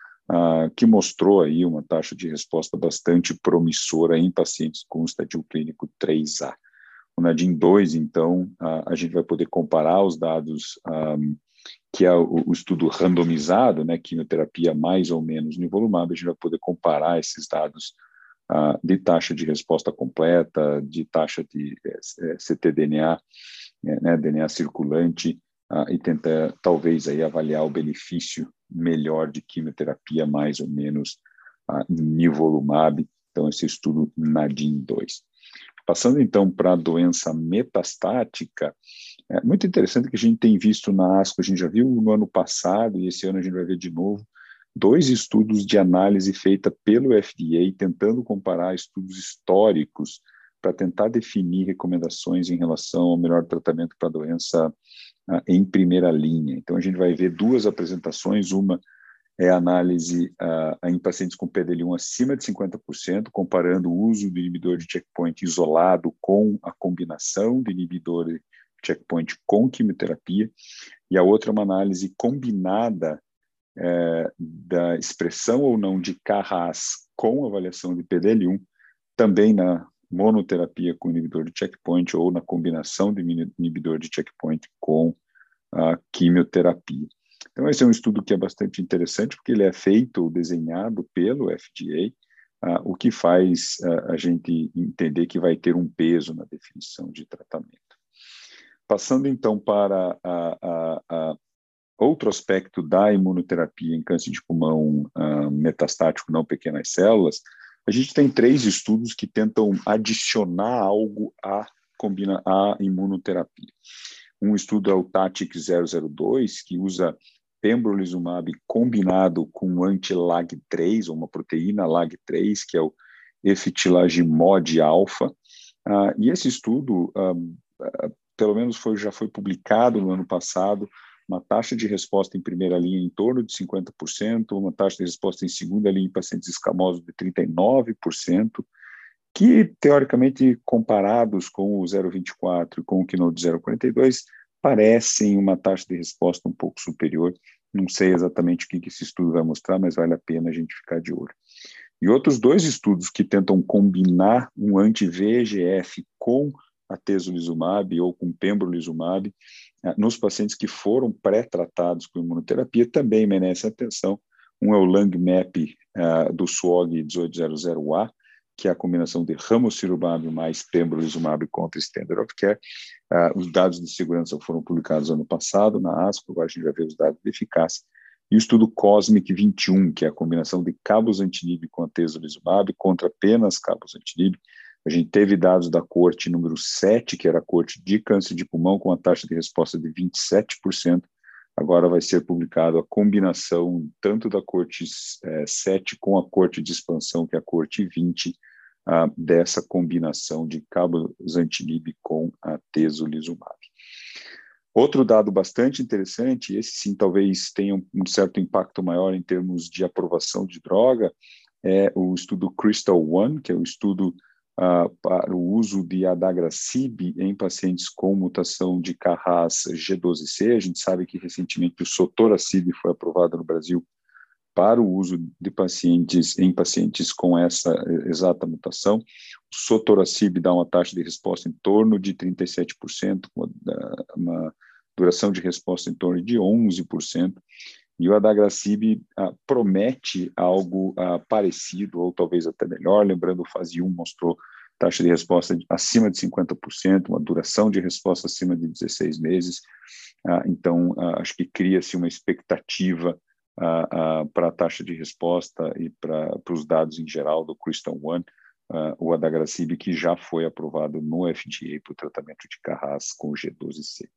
Uh, que mostrou aí uma taxa de resposta bastante promissora em pacientes com estadio clínico três A. O NADIM dois, então, uh, a gente vai poder comparar os dados, um, que é o, o estudo randomizado, né, quimioterapia mais ou menos nivolumab, a gente vai poder comparar esses dados uh, de taxa de resposta completa, de taxa de eh, ctDNA, né, D N A circulante, uh, e tentar, talvez, aí, avaliar o benefício melhor de quimioterapia, mais ou menos uh, nivolumab. Então, esse estudo NADIM dois. Passando, então, para a doença metastática, é muito interessante que a gente tem visto na ASCO, a gente já viu no ano passado, e esse ano a gente vai ver de novo, dois estudos de análise feita pelo F D A, tentando comparar estudos históricos para tentar definir recomendações em relação ao melhor tratamento para a doença uh, em primeira linha. Então, a gente vai ver duas apresentações, uma é a análise uh, em pacientes com P D L um acima de cinquenta por cento, comparando o uso do inibidor de checkpoint isolado com a combinação de inibidor de checkpoint com quimioterapia, e a outra é uma análise combinada eh, da expressão ou não de K R A S com avaliação de P D L um, também na monoterapia com inibidor de checkpoint ou na combinação de inibidor de checkpoint com a quimioterapia. Então, esse é um estudo que é bastante interessante, porque ele é feito ou desenhado pelo F D A, uh, o que faz uh, a gente entender que vai ter um peso na definição de tratamento. Passando, então, para a, a, a outro aspecto da imunoterapia em câncer de pulmão uh, metastático não pequenas células, a gente tem três estudos que tentam adicionar algo à, combina, à imunoterapia. Um estudo é o TATIC zero zero dois, que usa pembrolizumab combinado com anti-L A G três, ou uma proteína L A G três, que é o eftilagimod alfa. Uh, e esse estudo, uh, uh, pelo menos foi, já foi publicado no ano passado, uma taxa de resposta em primeira linha em torno de cinquenta por cento, uma taxa de resposta em segunda linha em pacientes escamosos de trinta e nove por cento, que, teoricamente, comparados com o zero vírgula vinte e quatro e com o Keynote zero vírgula quarenta e dois, parecem uma taxa de resposta um pouco superior. Não sei exatamente o que esse estudo vai mostrar, mas vale a pena a gente ficar de olho. E outros dois estudos que tentam combinar um anti-V E G F com atezolizumab ou com pembrolizumab nos pacientes que foram pré-tratados com imunoterapia também merecem atenção. Um é o LangMap uh, do S W O G dezoito zero zero A, que é a combinação de ramucirumab mais pembrolizumab contra standard of care. Uh, os dados de segurança foram publicados ano passado na ASCO, agora a gente vai ver os dados de eficácia. E o estudo COSMIC vinte e um, que é a combinação de cabozantinib com atezolizumab contra apenas cabozantinib. A gente teve dados da coorte número sete, que era a coorte de câncer de pulmão, com a taxa de resposta de vinte e sete por cento. Agora vai ser publicado a combinação tanto da coorte é, sete com a coorte de expansão, que é a coorte vinte, uh, dessa combinação de cabozantinib com atezolizumab. Outro dado bastante interessante, esse sim talvez tenha um certo impacto maior em termos de aprovação de droga, é o estudo Crystal One, que é o estudo uh, para o uso de adagrasib em pacientes com mutação de Carras G doze C. A gente sabe que recentemente o sotorasib foi aprovado no Brasil para o uso de pacientes em pacientes com essa exata mutação. O sotorasib dá uma taxa de resposta em torno de trinta e sete por cento, uma, uma duração de resposta em torno de onze por cento, e o adagrasib ah, promete algo ah, parecido, ou talvez até melhor. Lembrando, o fase um mostrou taxa de resposta de, acima de cinquenta por cento, uma duração de resposta acima de dezesseis meses. Ah, então, ah, acho que cria-se uma expectativa Uh, uh, para a taxa de resposta e para os dados em geral do Crystal One, uh, o adagrasib, que já foi aprovado no F D A para o tratamento de Carras com G doze C.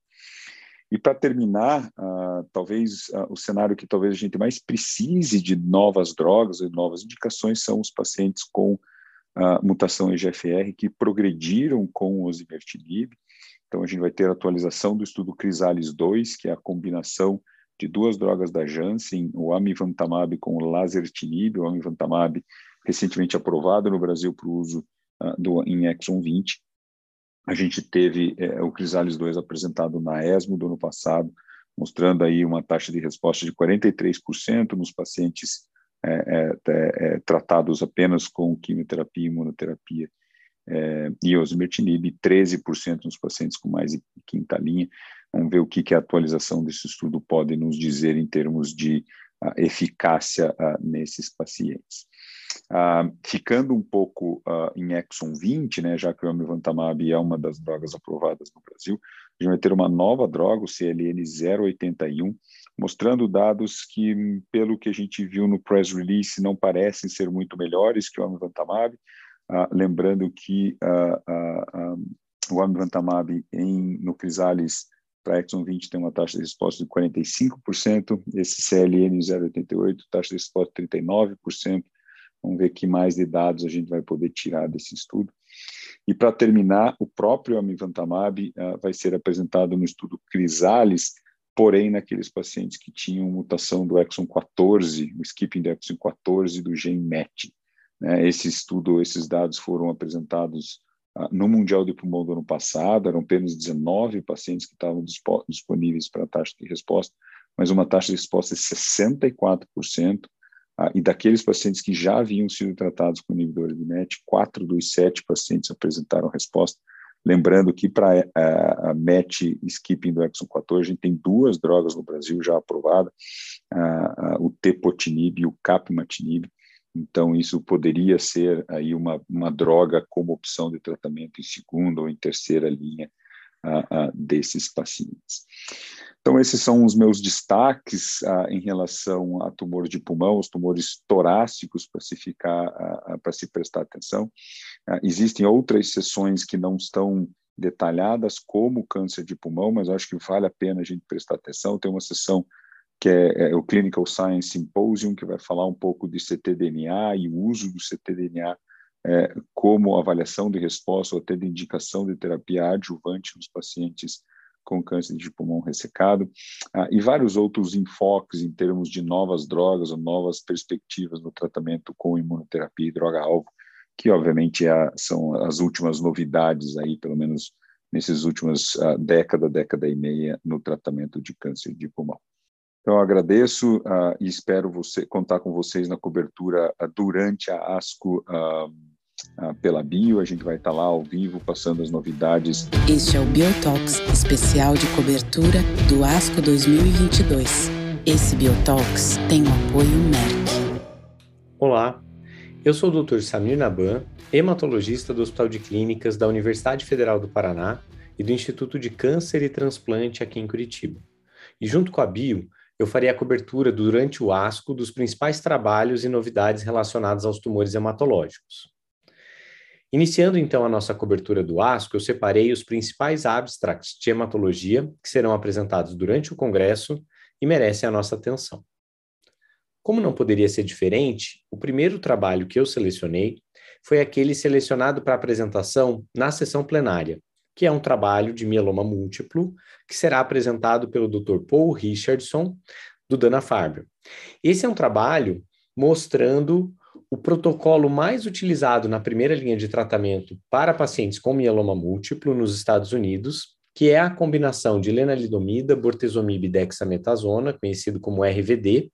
E para terminar, uh, talvez uh, o cenário que talvez a gente mais precise de novas drogas e novas indicações são os pacientes com uh, mutação E G F R que progrediram com o osimertinib. Então a gente vai ter a atualização do estudo Crisalis dois, que é a combinação de duas drogas da Janssen, o amivantamab com o lazertinib, o amivantamab recentemente aprovado no Brasil para o uso uh, do, em exon vinte. A gente teve eh, o Crisalis dois apresentado na ESMO do ano passado, mostrando aí uma taxa de resposta de quarenta e três por cento nos pacientes eh, eh, eh, tratados apenas com quimioterapia e imunoterapia eh, e osimertinib, treze por cento nos pacientes com mais de quinta linha. Vamos ver o que, que a atualização desse estudo pode nos dizer em termos de uh, eficácia uh, nesses pacientes. Uh, ficando um pouco uh, em exon vinte, né, já que o amivantamab é uma das drogas aprovadas no Brasil, a gente vai ter uma nova droga, o C L N zero oitenta e um, mostrando dados que, pelo que a gente viu no press release, não parecem ser muito melhores que o amivantamab. Uh, lembrando que uh, uh, uh, o amivantamab em, no Crisalis para exon vinte tem uma taxa de resposta de quarenta e cinco por cento, esse C L N zero oitenta e oito, taxa de resposta de trinta e nove por cento. Vamos ver que mais de dados a gente vai poder tirar desse estudo. E para terminar, o próprio amivantamab uh, vai ser apresentado no estudo Crisalis, porém naqueles pacientes que tinham mutação do exon quatorze, o skipping do exon quatorze do gene M E T. Né? Esse estudo, esses dados foram apresentados no Mundial de Pulmão do ano passado, eram apenas dezenove pacientes que estavam disponíveis para a taxa de resposta, mas uma taxa de resposta de sessenta e quatro por cento, ah, e daqueles pacientes que já haviam sido tratados com inibidores de M E T, quatro dos sete pacientes apresentaram resposta. Lembrando que para a, a M E T skipping do exon quatorze, a gente tem duas drogas no Brasil já aprovadas, ah, ah, o tepotinib e o capmatinib. Então, isso poderia ser aí uma, uma droga como opção de tratamento em segunda ou em terceira linha uh, uh, desses pacientes. Então, esses são os meus destaques uh, em relação a tumor de pulmão, os tumores torácicos, para se ficar, uh, para se prestar atenção. Uh, existem outras sessões que não estão detalhadas, como câncer de pulmão, mas acho que vale a pena a gente prestar atenção. Tem uma sessão que é, é o Clinical Science Symposium, que vai falar um pouco de ctDNA e o uso do ctDNA é, como avaliação de resposta ou até de indicação de terapia adjuvante nos pacientes com câncer de pulmão ressecado, ah, e vários outros enfoques em termos de novas drogas ou novas perspectivas no tratamento com imunoterapia e droga-alvo, que obviamente é, são as últimas novidades aí, pelo menos nesses últimas uh, década, década e meia, no tratamento de câncer de pulmão. Então, eu agradeço uh, e espero você, contar com vocês na cobertura uh, durante a ASCO uh, uh, pela Bio. A gente vai estar lá ao vivo, passando as novidades. Este é o Biotalks, especial de cobertura do ASCO dois mil e vinte e dois. Esse Biotalks tem o apoio Merck. Olá, eu sou o doutor Samir Naban, hematologista do Hospital de Clínicas da Universidade Federal do Paraná e do Instituto de Câncer e Transplante aqui em Curitiba. E junto com a Bio, eu farei a cobertura durante o ASCO dos principais trabalhos e novidades relacionados aos tumores hematológicos. Iniciando então a nossa cobertura do ASCO, eu separei os principais abstracts de hematologia que serão apresentados durante o congresso e merecem a nossa atenção. Como não poderia ser diferente, o primeiro trabalho que eu selecionei foi aquele selecionado para apresentação na sessão plenária, que é um trabalho de mieloma múltiplo, que será apresentado pelo doutor Paul Richardson, do Dana-Farber. Esse é um trabalho mostrando o protocolo mais utilizado na primeira linha de tratamento para pacientes com mieloma múltiplo nos Estados Unidos, que é a combinação de lenalidomida, bortezomib e dexametasona, conhecido como R V D,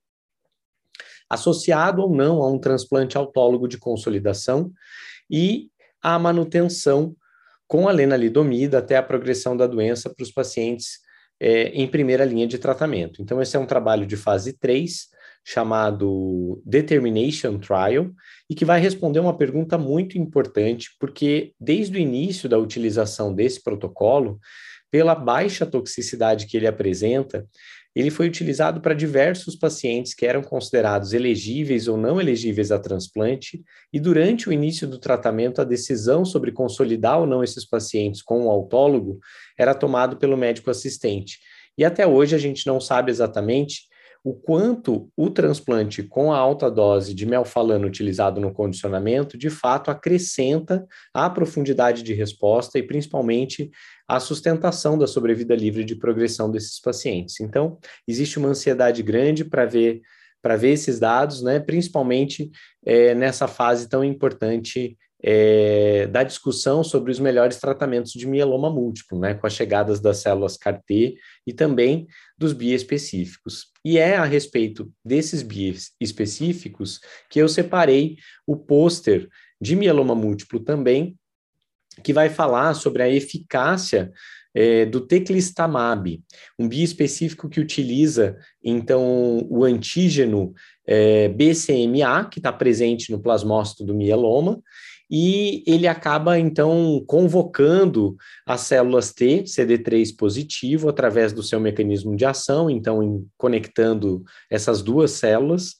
associado ou não a um transplante autólogo de consolidação e a manutenção com a lenalidomida até a progressão da doença para os pacientes é, em primeira linha de tratamento. Então, esse é um trabalho de fase três, chamado Determination Trial, e que vai responder uma pergunta muito importante, porque desde o início da utilização desse protocolo, pela baixa toxicidade que ele apresenta, ele foi utilizado para diversos pacientes que eram considerados elegíveis ou não elegíveis a transplante, e durante o início do tratamento, a decisão sobre consolidar ou não esses pacientes com o autólogo era tomado pelo médico assistente. E até hoje a gente não sabe exatamente o quanto o transplante com a alta dose de melfalano utilizado no condicionamento, de fato, acrescenta a profundidade de resposta e, principalmente, a sustentação da sobrevida livre de progressão desses pacientes. Então, existe uma ansiedade grande para ver, para ver esses dados, né, principalmente é, nessa fase tão importante É, da discussão sobre os melhores tratamentos de mieloma múltiplo, né, com as chegadas das células C A R T e também dos biespecíficos. E é a respeito desses biespecíficos que eu separei o pôster de mieloma múltiplo também, que vai falar sobre a eficácia é, do teclistamab, um biespecífico que utiliza, então, o antígeno é, B C M A, que está presente no plasmócito do mieloma, e ele acaba, então, convocando as células T, C D três positivo, através do seu mecanismo de ação, então, em, conectando essas duas células,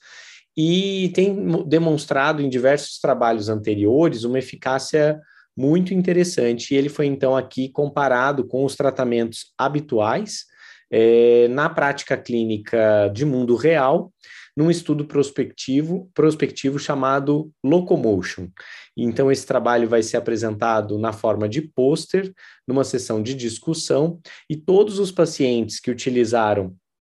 e tem demonstrado em diversos trabalhos anteriores uma eficácia muito interessante. E ele foi, então, aqui comparado com os tratamentos habituais é, na prática clínica de mundo real, num estudo prospectivo, prospectivo chamado Locomotion. Então, esse trabalho vai ser apresentado na forma de pôster, numa sessão de discussão, e todos os pacientes que utilizaram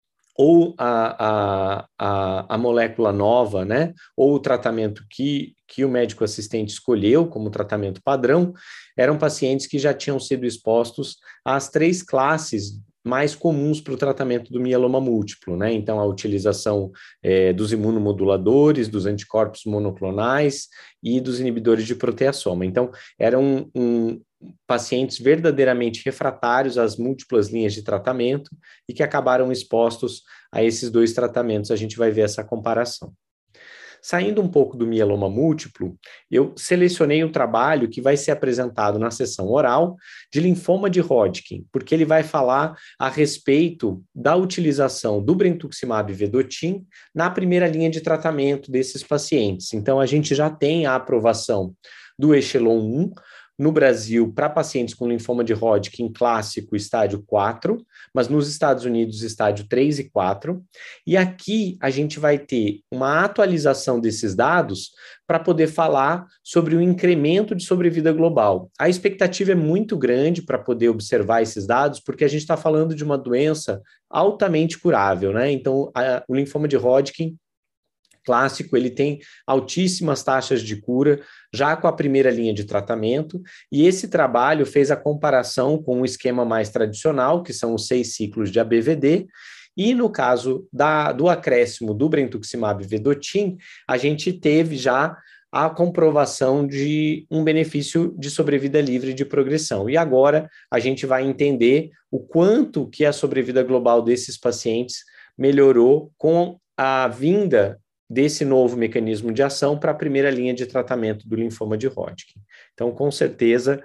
ou a, a, a, a molécula nova, né, ou o tratamento que, que o médico assistente escolheu como tratamento padrão, eram pacientes que já tinham sido expostos às três classes mais comuns para o tratamento do mieloma múltiplo, né? Então, a utilização é, dos imunomoduladores, dos anticorpos monoclonais e dos inibidores de proteasoma. Então, eram um, pacientes verdadeiramente refratários às múltiplas linhas de tratamento e que acabaram expostos a esses dois tratamentos. A gente vai ver essa comparação. Saindo um pouco do mieloma múltiplo, eu selecionei um trabalho que vai ser apresentado na sessão oral de linfoma de Hodgkin, porque ele vai falar a respeito da utilização do brentuximab vedotin na primeira linha de tratamento desses pacientes. Então, a gente já tem a aprovação do Echelon um, no Brasil, para pacientes com linfoma de Hodgkin clássico, estádio quatro, mas nos Estados Unidos, estádio três e quatro. E aqui a gente vai ter uma atualização desses dados para poder falar sobre o incremento de sobrevida global. A expectativa é muito grande para poder observar esses dados, porque a gente está falando de uma doença altamente curável, né? Então, a, o linfoma de Hodgkin clássico, ele tem altíssimas taxas de cura, já com a primeira linha de tratamento, e esse trabalho fez a comparação com o esquema mais tradicional, que são os seis ciclos de A B V D, e no caso da, do acréscimo do brentuximab vedotin, a gente teve já a comprovação de um benefício de sobrevida livre de progressão. E agora a gente vai entender o quanto que a sobrevida global desses pacientes melhorou com a vinda desse novo mecanismo de ação para a primeira linha de tratamento do linfoma de Hodgkin. Então, com certeza,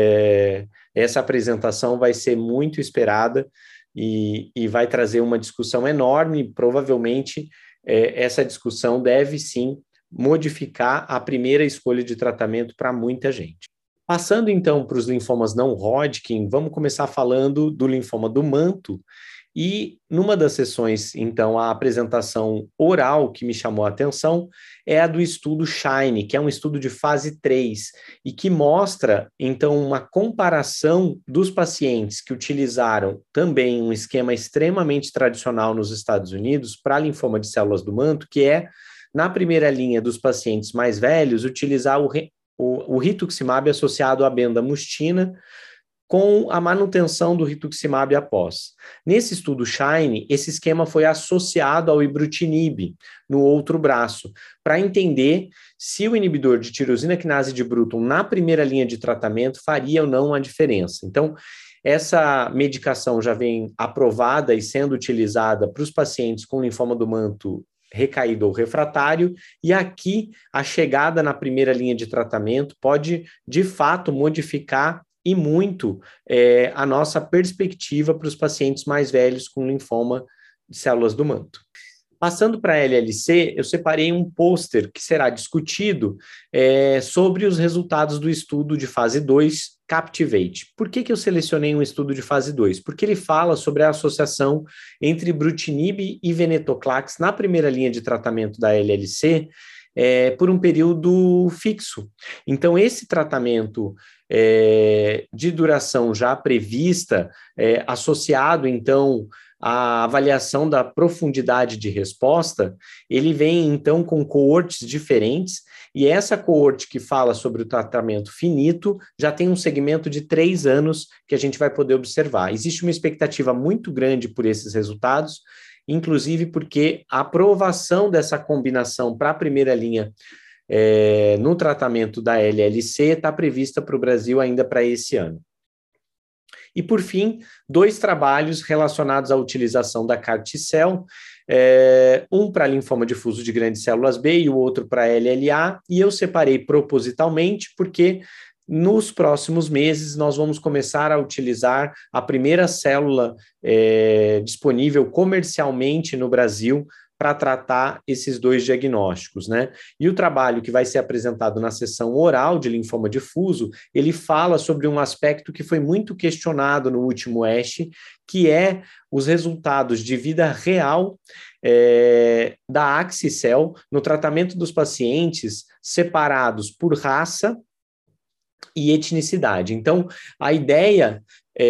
é, essa apresentação vai ser muito esperada e, e vai trazer uma discussão enorme. Provavelmente, é, essa discussão deve, sim, modificar a primeira escolha de tratamento para muita gente. Passando, então, para os linfomas não Hodgkin, vamos começar falando do linfoma do manto. E numa das sessões, então, a apresentação oral que me chamou a atenção é a do estudo SHINE, que é um estudo de fase três, e que mostra, então, uma comparação dos pacientes que utilizaram também um esquema extremamente tradicional nos Estados Unidos para linfoma de células do manto, que é na primeira linha dos pacientes mais velhos, utilizar o, o, o rituximab associado à bendamustina, com a manutenção do rituximab após. Nesse estudo SHINE, esse esquema foi associado ao ibrutinib, no outro braço, para entender se o inibidor de tirosina quinase de Bruton na primeira linha de tratamento faria ou não a diferença. Então, essa medicação já vem aprovada e sendo utilizada para os pacientes com linfoma do manto recaído ou refratário, e aqui a chegada na primeira linha de tratamento pode, de fato, modificar e muito é, a nossa perspectiva para os pacientes mais velhos com linfoma de células do manto. Passando para a L L C, eu separei um pôster que será discutido é, sobre os resultados do estudo de fase dois, Captivate. Por que que eu selecionei um estudo de fase dois? Porque ele fala sobre a associação entre ibrutinib e venetoclax na primeira linha de tratamento da L L C é, por um período fixo. Então, esse tratamento é, de duração já prevista, é, associado, então, a avaliação da profundidade de resposta, ele vem então com coortes diferentes, e essa coorte que fala sobre o tratamento finito já tem um segmento de três anos que a gente vai poder observar. Existe uma expectativa muito grande por esses resultados, inclusive porque a aprovação dessa combinação para a primeira linha é, no tratamento da L L C está prevista para o Brasil ainda para esse ano. E, por fim, dois trabalhos relacionados à utilização da CAR-T-cell, é, um para linfoma difuso de grandes células B e o outro para L L A, e eu separei propositalmente porque nos próximos meses nós vamos começar a utilizar a primeira célula é, disponível comercialmente no Brasil para tratar esses dois diagnósticos, né? E o trabalho que vai ser apresentado na sessão oral de linfoma difuso, ele fala sobre um aspecto que foi muito questionado no último ASH, que é os resultados de vida real é, da Axi-cell no tratamento dos pacientes separados por raça e etnicidade. Então, a ideia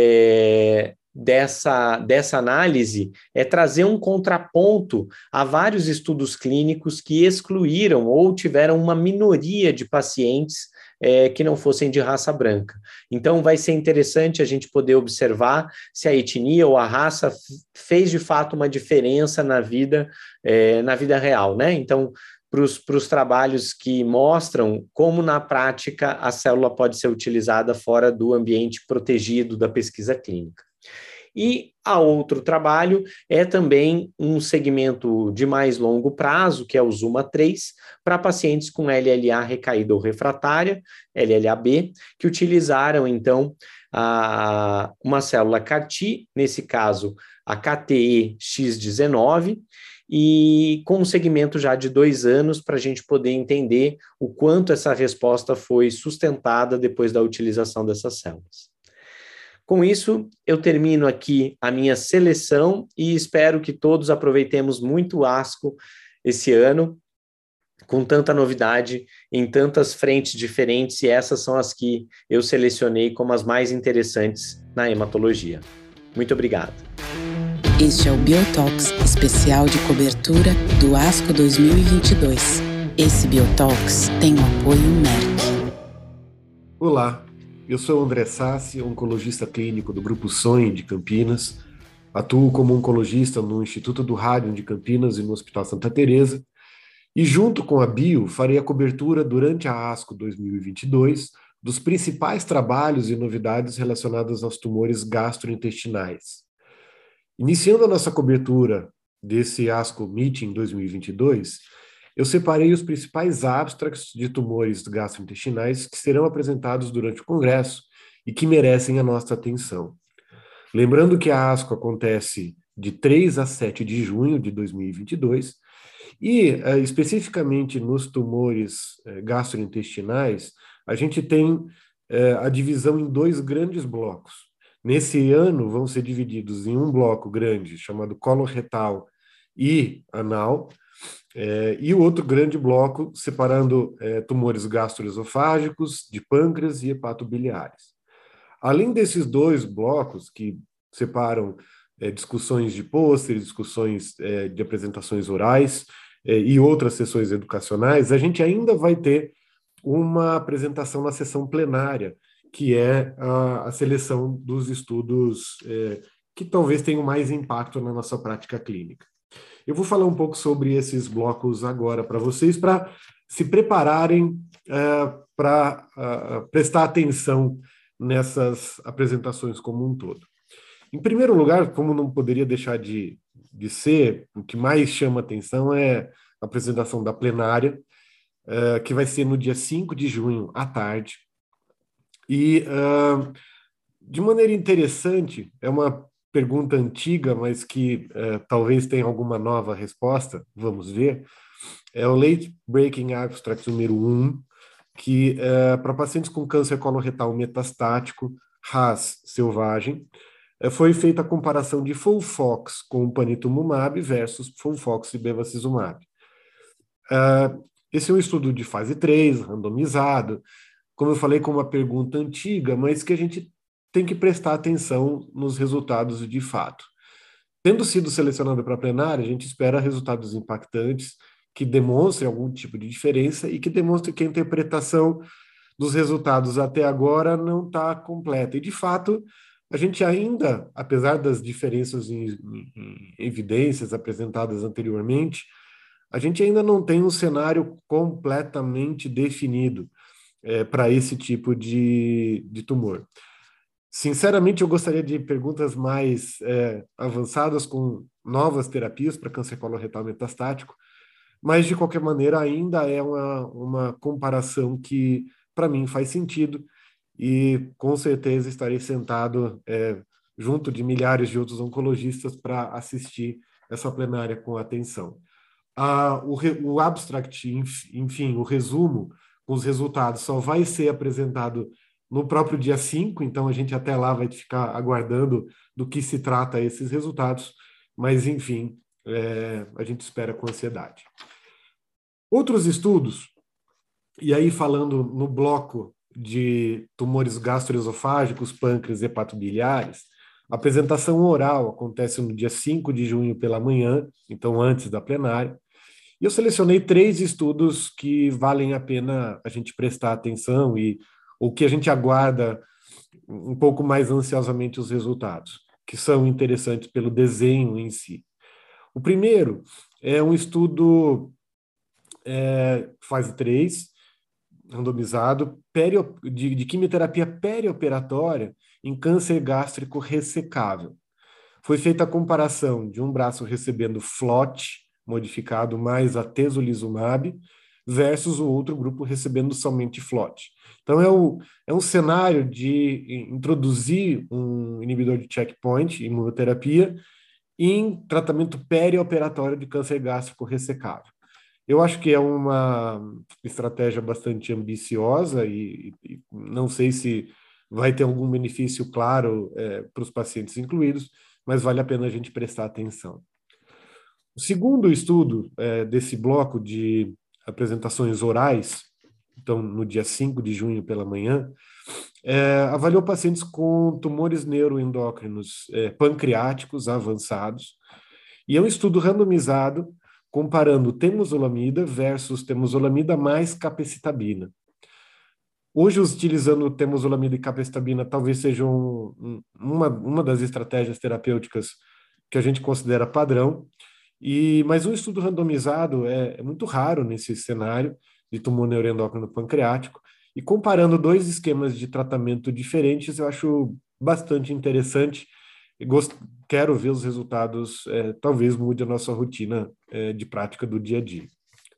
é, dessa, dessa análise é trazer um contraponto a vários estudos clínicos que excluíram ou tiveram uma minoria de pacientes é, que não fossem de raça branca. Então, vai ser interessante a gente poder observar se a etnia ou a raça fez, de fato, uma diferença na vida, é, na vida real, né? Então, para os trabalhos que mostram como, na prática, a célula pode ser utilizada fora do ambiente protegido da pesquisa clínica. E a outro trabalho é também um segmento de mais longo prazo, que é o ZUMA três, para pacientes com L L A recaída ou refratária, L L A B, que utilizaram, então, a, uma célula CAR-T, nesse caso, a K T E X dezenove, e com um segmento já de dois anos para a gente poder entender o quanto essa resposta foi sustentada depois da utilização dessas células. Com isso, eu termino aqui a minha seleção e espero que todos aproveitemos muito o ASCO esse ano, com tanta novidade, em tantas frentes diferentes, e essas são as que eu selecionei como as mais interessantes na hematologia. Muito obrigado. Este é o Biotox especial de cobertura do ASCO dois mil e vinte e dois. Esse Biotox tem o apoio Merck. Olá, eu sou André Sassi, oncologista clínico do Grupo Sonho de Campinas. Atuo como oncologista no Instituto do Rádio de Campinas e no Hospital Santa Teresa. E junto com a Bio, farei a cobertura durante a ASCO dois mil e vinte e dois dos principais trabalhos e novidades relacionados aos tumores gastrointestinais. Iniciando a nossa cobertura desse ASCO Meeting dois mil e vinte e dois, eu separei os principais abstracts de tumores gastrointestinais que serão apresentados durante o congresso e que merecem a nossa atenção. Lembrando que a ASCO acontece de três a sete de junho de dois mil e vinte e dois e, uh, especificamente nos tumores uh, gastrointestinais, a gente tem uh, a divisão em dois grandes blocos. Nesse ano, vão ser divididos em um bloco grande, chamado coloretal e anal, é, e o outro grande bloco separando é, tumores gastroesofágicos, de pâncreas e hepatobiliares. Além desses dois blocos, que separam é, discussões de pôster, discussões é, de apresentações orais, eh, e outras sessões educacionais, a gente ainda vai ter uma apresentação na sessão plenária, que é a, a seleção dos estudos eh, que talvez tenham mais impacto na nossa prática clínica. Eu vou falar um pouco sobre esses blocos agora para vocês, para se prepararem uh, para uh, prestar atenção nessas apresentações como um todo. Em primeiro lugar, como não poderia deixar de, de ser, o que mais chama atenção é a apresentação da plenária, uh, que vai ser no dia cinco de junho, à tarde. E, uh, de maneira interessante, é uma pergunta antiga, mas que uh, talvez tenha alguma nova resposta, vamos ver, é o Late Breaking Abstract número um, que uh, para pacientes com câncer coloretal metastático, R A S selvagem, uh, foi feita a comparação de Folfox com panitumumab versus Folfox e bevacizumab. Uh, esse é um estudo de fase três, randomizado, como eu falei, com uma pergunta antiga, mas que a gente tem que prestar atenção nos resultados de fato. Tendo sido selecionado para a plenária, a gente espera resultados impactantes que demonstrem algum tipo de diferença e que demonstrem que a interpretação dos resultados até agora não está completa. E, de fato, a gente ainda, apesar das diferenças em, em evidências apresentadas anteriormente, a gente ainda não tem um cenário completamente definido é, para esse tipo de, de tumor. Sinceramente, eu gostaria de perguntas mais é, avançadas com novas terapias para câncer coloretal metastático, mas, de qualquer maneira, ainda é uma, uma comparação que, para mim, faz sentido e, com certeza, estarei sentado é, junto de milhares de outros oncologistas para assistir essa plenária com atenção. Ah, o, re, o abstract, enfim, o resumo com os resultados só vai ser apresentado no próprio dia cinco, então a gente até lá vai ficar aguardando do que se trata esses resultados, mas, enfim, é, a gente espera com ansiedade. Outros estudos, e aí falando no bloco de tumores gastroesofágicos, pâncreas e hepatobiliares, a apresentação oral acontece no dia cinco de junho pela manhã, então antes da plenária, e eu selecionei três estudos que valem a pena a gente prestar atenção e ou que a gente aguarda um pouco mais ansiosamente os resultados, que são interessantes pelo desenho em si. O primeiro é um estudo é, fase três, randomizado, perio, de, de quimioterapia perioperatória em câncer gástrico ressecável. Foi feita a comparação de um braço recebendo F L O T modificado mais atezolizumab versus o outro grupo recebendo somente F L O T. Então, é, o, é um cenário de introduzir um inibidor de checkpoint, imunoterapia, em tratamento perioperatório de câncer gástrico ressecável. Eu acho que é uma estratégia bastante ambiciosa e, e não sei se vai ter algum benefício claro é, para os pacientes incluídos, mas vale a pena a gente prestar atenção. O segundo estudo é, desse bloco de apresentações orais, então no dia cinco de junho pela manhã, é, avaliou pacientes com tumores neuroendócrinos é, pancreáticos avançados, e é um estudo randomizado comparando temozolomida versus temozolomida mais capecitabina. Hoje, utilizando temozolomida e capecitabina, talvez sejam um, uma, uma das estratégias terapêuticas que a gente considera padrão, e, mas um estudo randomizado é, é muito raro nesse cenário de tumor neuroendócrino pancreático, e comparando dois esquemas de tratamento diferentes, eu acho bastante interessante e gost... quero ver os resultados, é, talvez mude a nossa rotina é, de prática do dia a dia.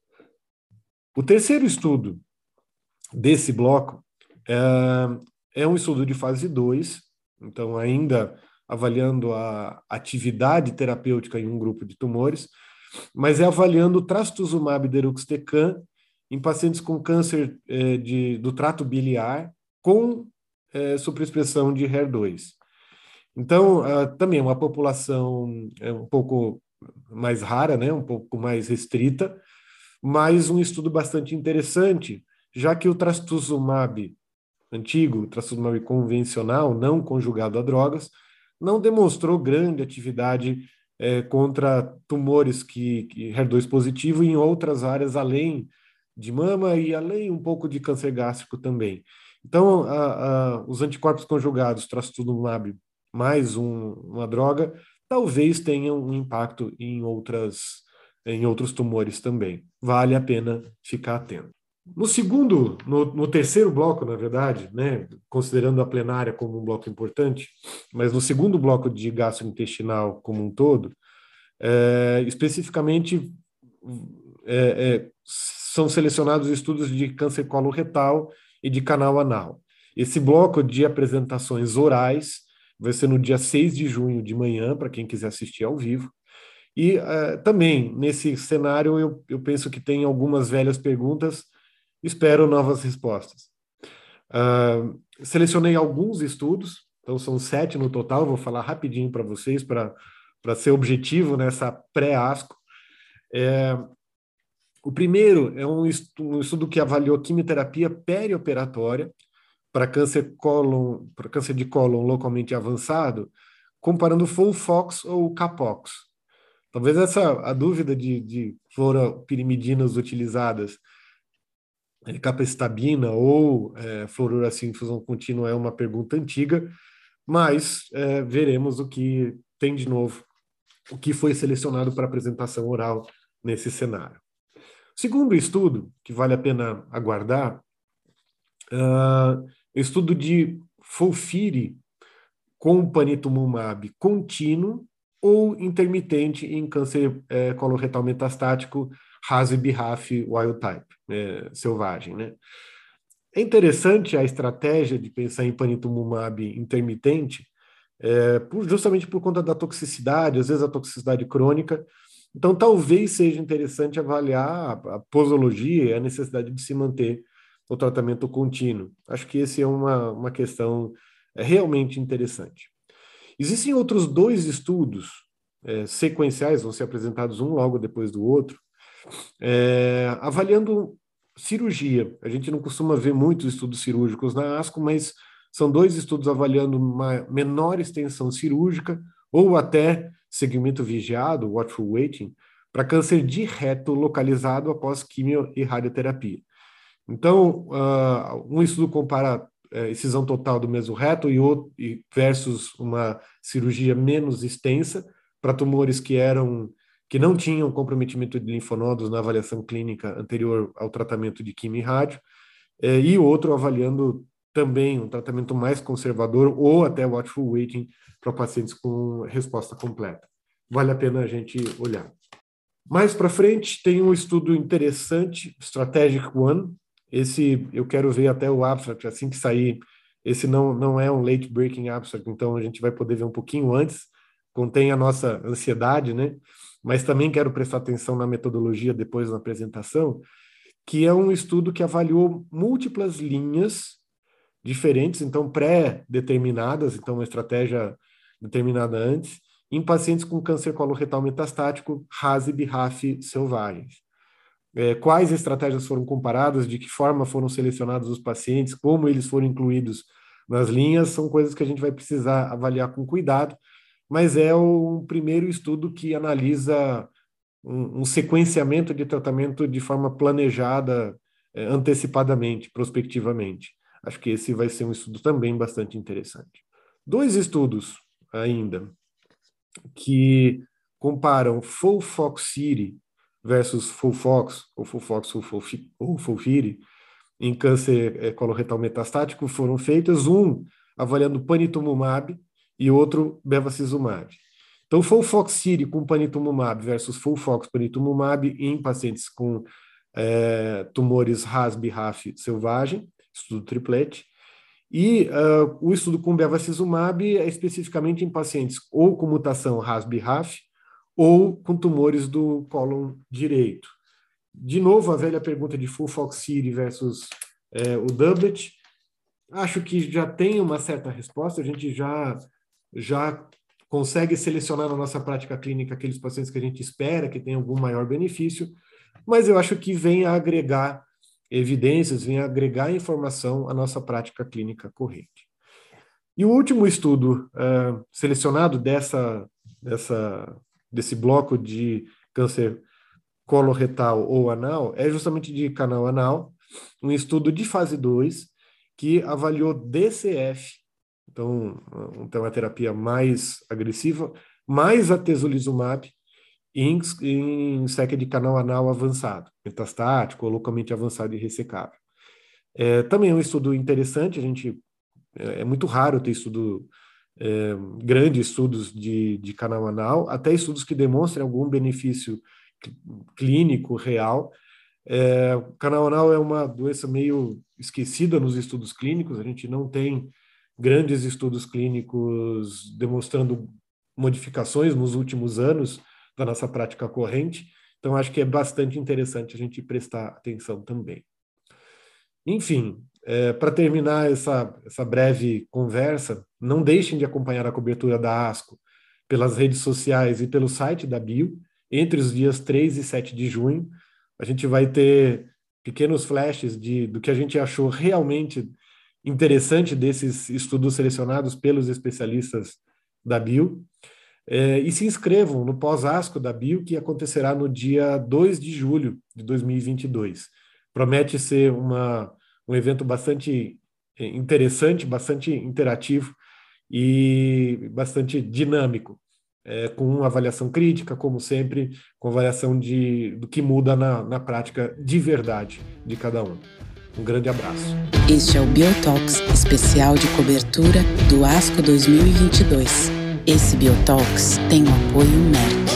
O terceiro estudo desse bloco é, é um estudo de fase dois, então ainda avaliando a atividade terapêutica em um grupo de tumores, mas é avaliando trastuzumab deruxtecan em pacientes com câncer é, de, do trato biliar com é, superexpressão de H E R dois. Então, uh, também é uma população é, um pouco mais rara, né, um pouco mais restrita, mas um estudo bastante interessante, já que o trastuzumab antigo, o trastuzumab convencional, não conjugado a drogas, não demonstrou grande atividade é, contra tumores que, que H E R dois positivo em outras áreas além de mama e além um pouco de câncer gástrico também. Então, a, a, os anticorpos conjugados, trastuzumab mais um, uma droga, talvez tenham um impacto em, outras, em outros tumores também. Vale a pena ficar atento. No segundo, no, no terceiro bloco, na verdade, né, considerando a plenária como um bloco importante, mas no segundo bloco de gastrointestinal como um todo, é, especificamente é, é, são selecionados estudos de câncer coloretal e de canal anal. Esse bloco de apresentações orais vai ser no dia seis de junho de manhã, para quem quiser assistir ao vivo. E uh, também, nesse cenário, eu, eu penso que tem algumas velhas perguntas, espero novas respostas. Uh, selecionei alguns estudos, então são sete no total, vou falar rapidinho para vocês, para ser objetivo nessa pré-ASCO. É, o primeiro é um estudo, um estudo que avaliou quimioterapia perioperatória para câncer, cólon, para câncer de cólon localmente avançado, comparando Folfox ou Capox. Talvez essa a dúvida de, de fluoropirimidinas utilizadas, é, capecitabina ou é, fluoruracil em infusão contínua, é uma pergunta antiga, mas é, veremos o que tem de novo, o que foi selecionado para apresentação oral nesse cenário. Segundo estudo, que vale a pena aguardar, uh, estudo de FOLFIRI com panitumumab contínuo ou intermitente em câncer é, coloretal metastático R A S e B R A F wild type, é, selvagem, né? É interessante a estratégia de pensar em panitumumab intermitente, é, por, justamente por conta da toxicidade, às vezes a toxicidade crônica. Então, talvez seja interessante avaliar a, a posologia e a necessidade de se manter o tratamento contínuo. Acho que esse é uma, uma questão é, realmente interessante. Existem outros dois estudos é, sequenciais, vão ser apresentados um logo depois do outro, é, avaliando cirurgia. A gente não costuma ver muitos estudos cirúrgicos na ASCO, mas são dois estudos avaliando uma menor extensão cirúrgica ou até segmento vigiado, watchful waiting, para câncer de reto localizado após quimio e radioterapia. Então, uh, um estudo compara uh, excisão total do mesorreto e, outro, e versus uma cirurgia menos extensa para tumores que eram que não tinham comprometimento de linfonodos na avaliação clínica anterior ao tratamento de quimio e rádio, uh, e outro avaliando também um tratamento mais conservador ou até watchful waiting para pacientes com resposta completa. Vale a pena a gente olhar. Mais para frente, tem um estudo interessante, Strategic One. Esse eu quero ver até o abstract, assim que sair. Esse não, não é um late breaking abstract, então a gente vai poder ver um pouquinho antes. Contém a nossa ansiedade, né? Mas também quero prestar atenção na metodologia depois na apresentação, que é um estudo que avaliou múltiplas linhas diferentes, então pré-determinadas, então uma estratégia determinada antes, em pacientes com câncer coloretal metastático, R A S e B R A F selvagens. É, quais estratégias foram comparadas, de que forma foram selecionados os pacientes, como eles foram incluídos nas linhas, são coisas que a gente vai precisar avaliar com cuidado, mas é o primeiro estudo que analisa um, um sequenciamento de tratamento de forma planejada, é, antecipadamente, prospectivamente. Acho que esse vai ser um estudo também bastante interessante. Dois estudos ainda que comparam FOLFOXIRI versus FOLFOX, ou FOLFOX ou FOLFIRI, em câncer é, coloretal metastático, foram feitas, um avaliando panitumumab e outro bevacizumab. Então, FOLFOXIRI com panitumumab versus FOLFOX panitumumab em pacientes com é, tumores R A S B R A F selvagem, estudo triplete, e uh, o estudo com bevacizumab é especificamente em pacientes ou com mutação R A S B R A F ou com tumores do cólon direito. De novo, a velha pergunta de FOLFOXIRI versus é, o doublet. Acho que já tem uma certa resposta, a gente já, já consegue selecionar na nossa prática clínica aqueles pacientes que a gente espera que tenham algum maior benefício, mas eu acho que vem a agregar evidências, vem agregar informação à nossa prática clínica corrente. E o último estudo uh, selecionado dessa, dessa desse bloco de câncer coloretal ou anal é justamente de canal anal, um estudo de fase dois que avaliou D C F, então, então uma terapia mais agressiva, mais atezolizumab em, em S E C de canal anal avançado, metastático ou localmente avançado e ressecável. É, também é um estudo interessante, a gente, é, é muito raro ter estudo, é, grandes estudos de, de canal anal, até estudos que demonstrem algum benefício clínico real. É, o canal anal é uma doença meio esquecida nos estudos clínicos, a gente não tem grandes estudos clínicos demonstrando modificações nos últimos anos da nossa prática corrente, então acho que é bastante interessante a gente prestar atenção também. Enfim, é, para terminar essa, essa breve conversa, não deixem de acompanhar a cobertura da ASCO pelas redes sociais e pelo site da Bio, entre os dias três e sete de junho. A gente vai ter pequenos flashes de, do que a gente achou realmente interessante desses estudos selecionados pelos especialistas da Bio. É, e se inscrevam no pós-ASCO da Bio, que acontecerá no dia dois de julho de dois mil e vinte e dois. Promete ser uma, um evento bastante interessante, bastante interativo e bastante dinâmico, é, com uma avaliação crítica, como sempre, com avaliação de, do que muda na, na prática de verdade de cada um. Um grande abraço. Este é o Biotalks especial de cobertura do ASCO dois mil e vinte e dois. Esse Biotalks tem o apoio Merck.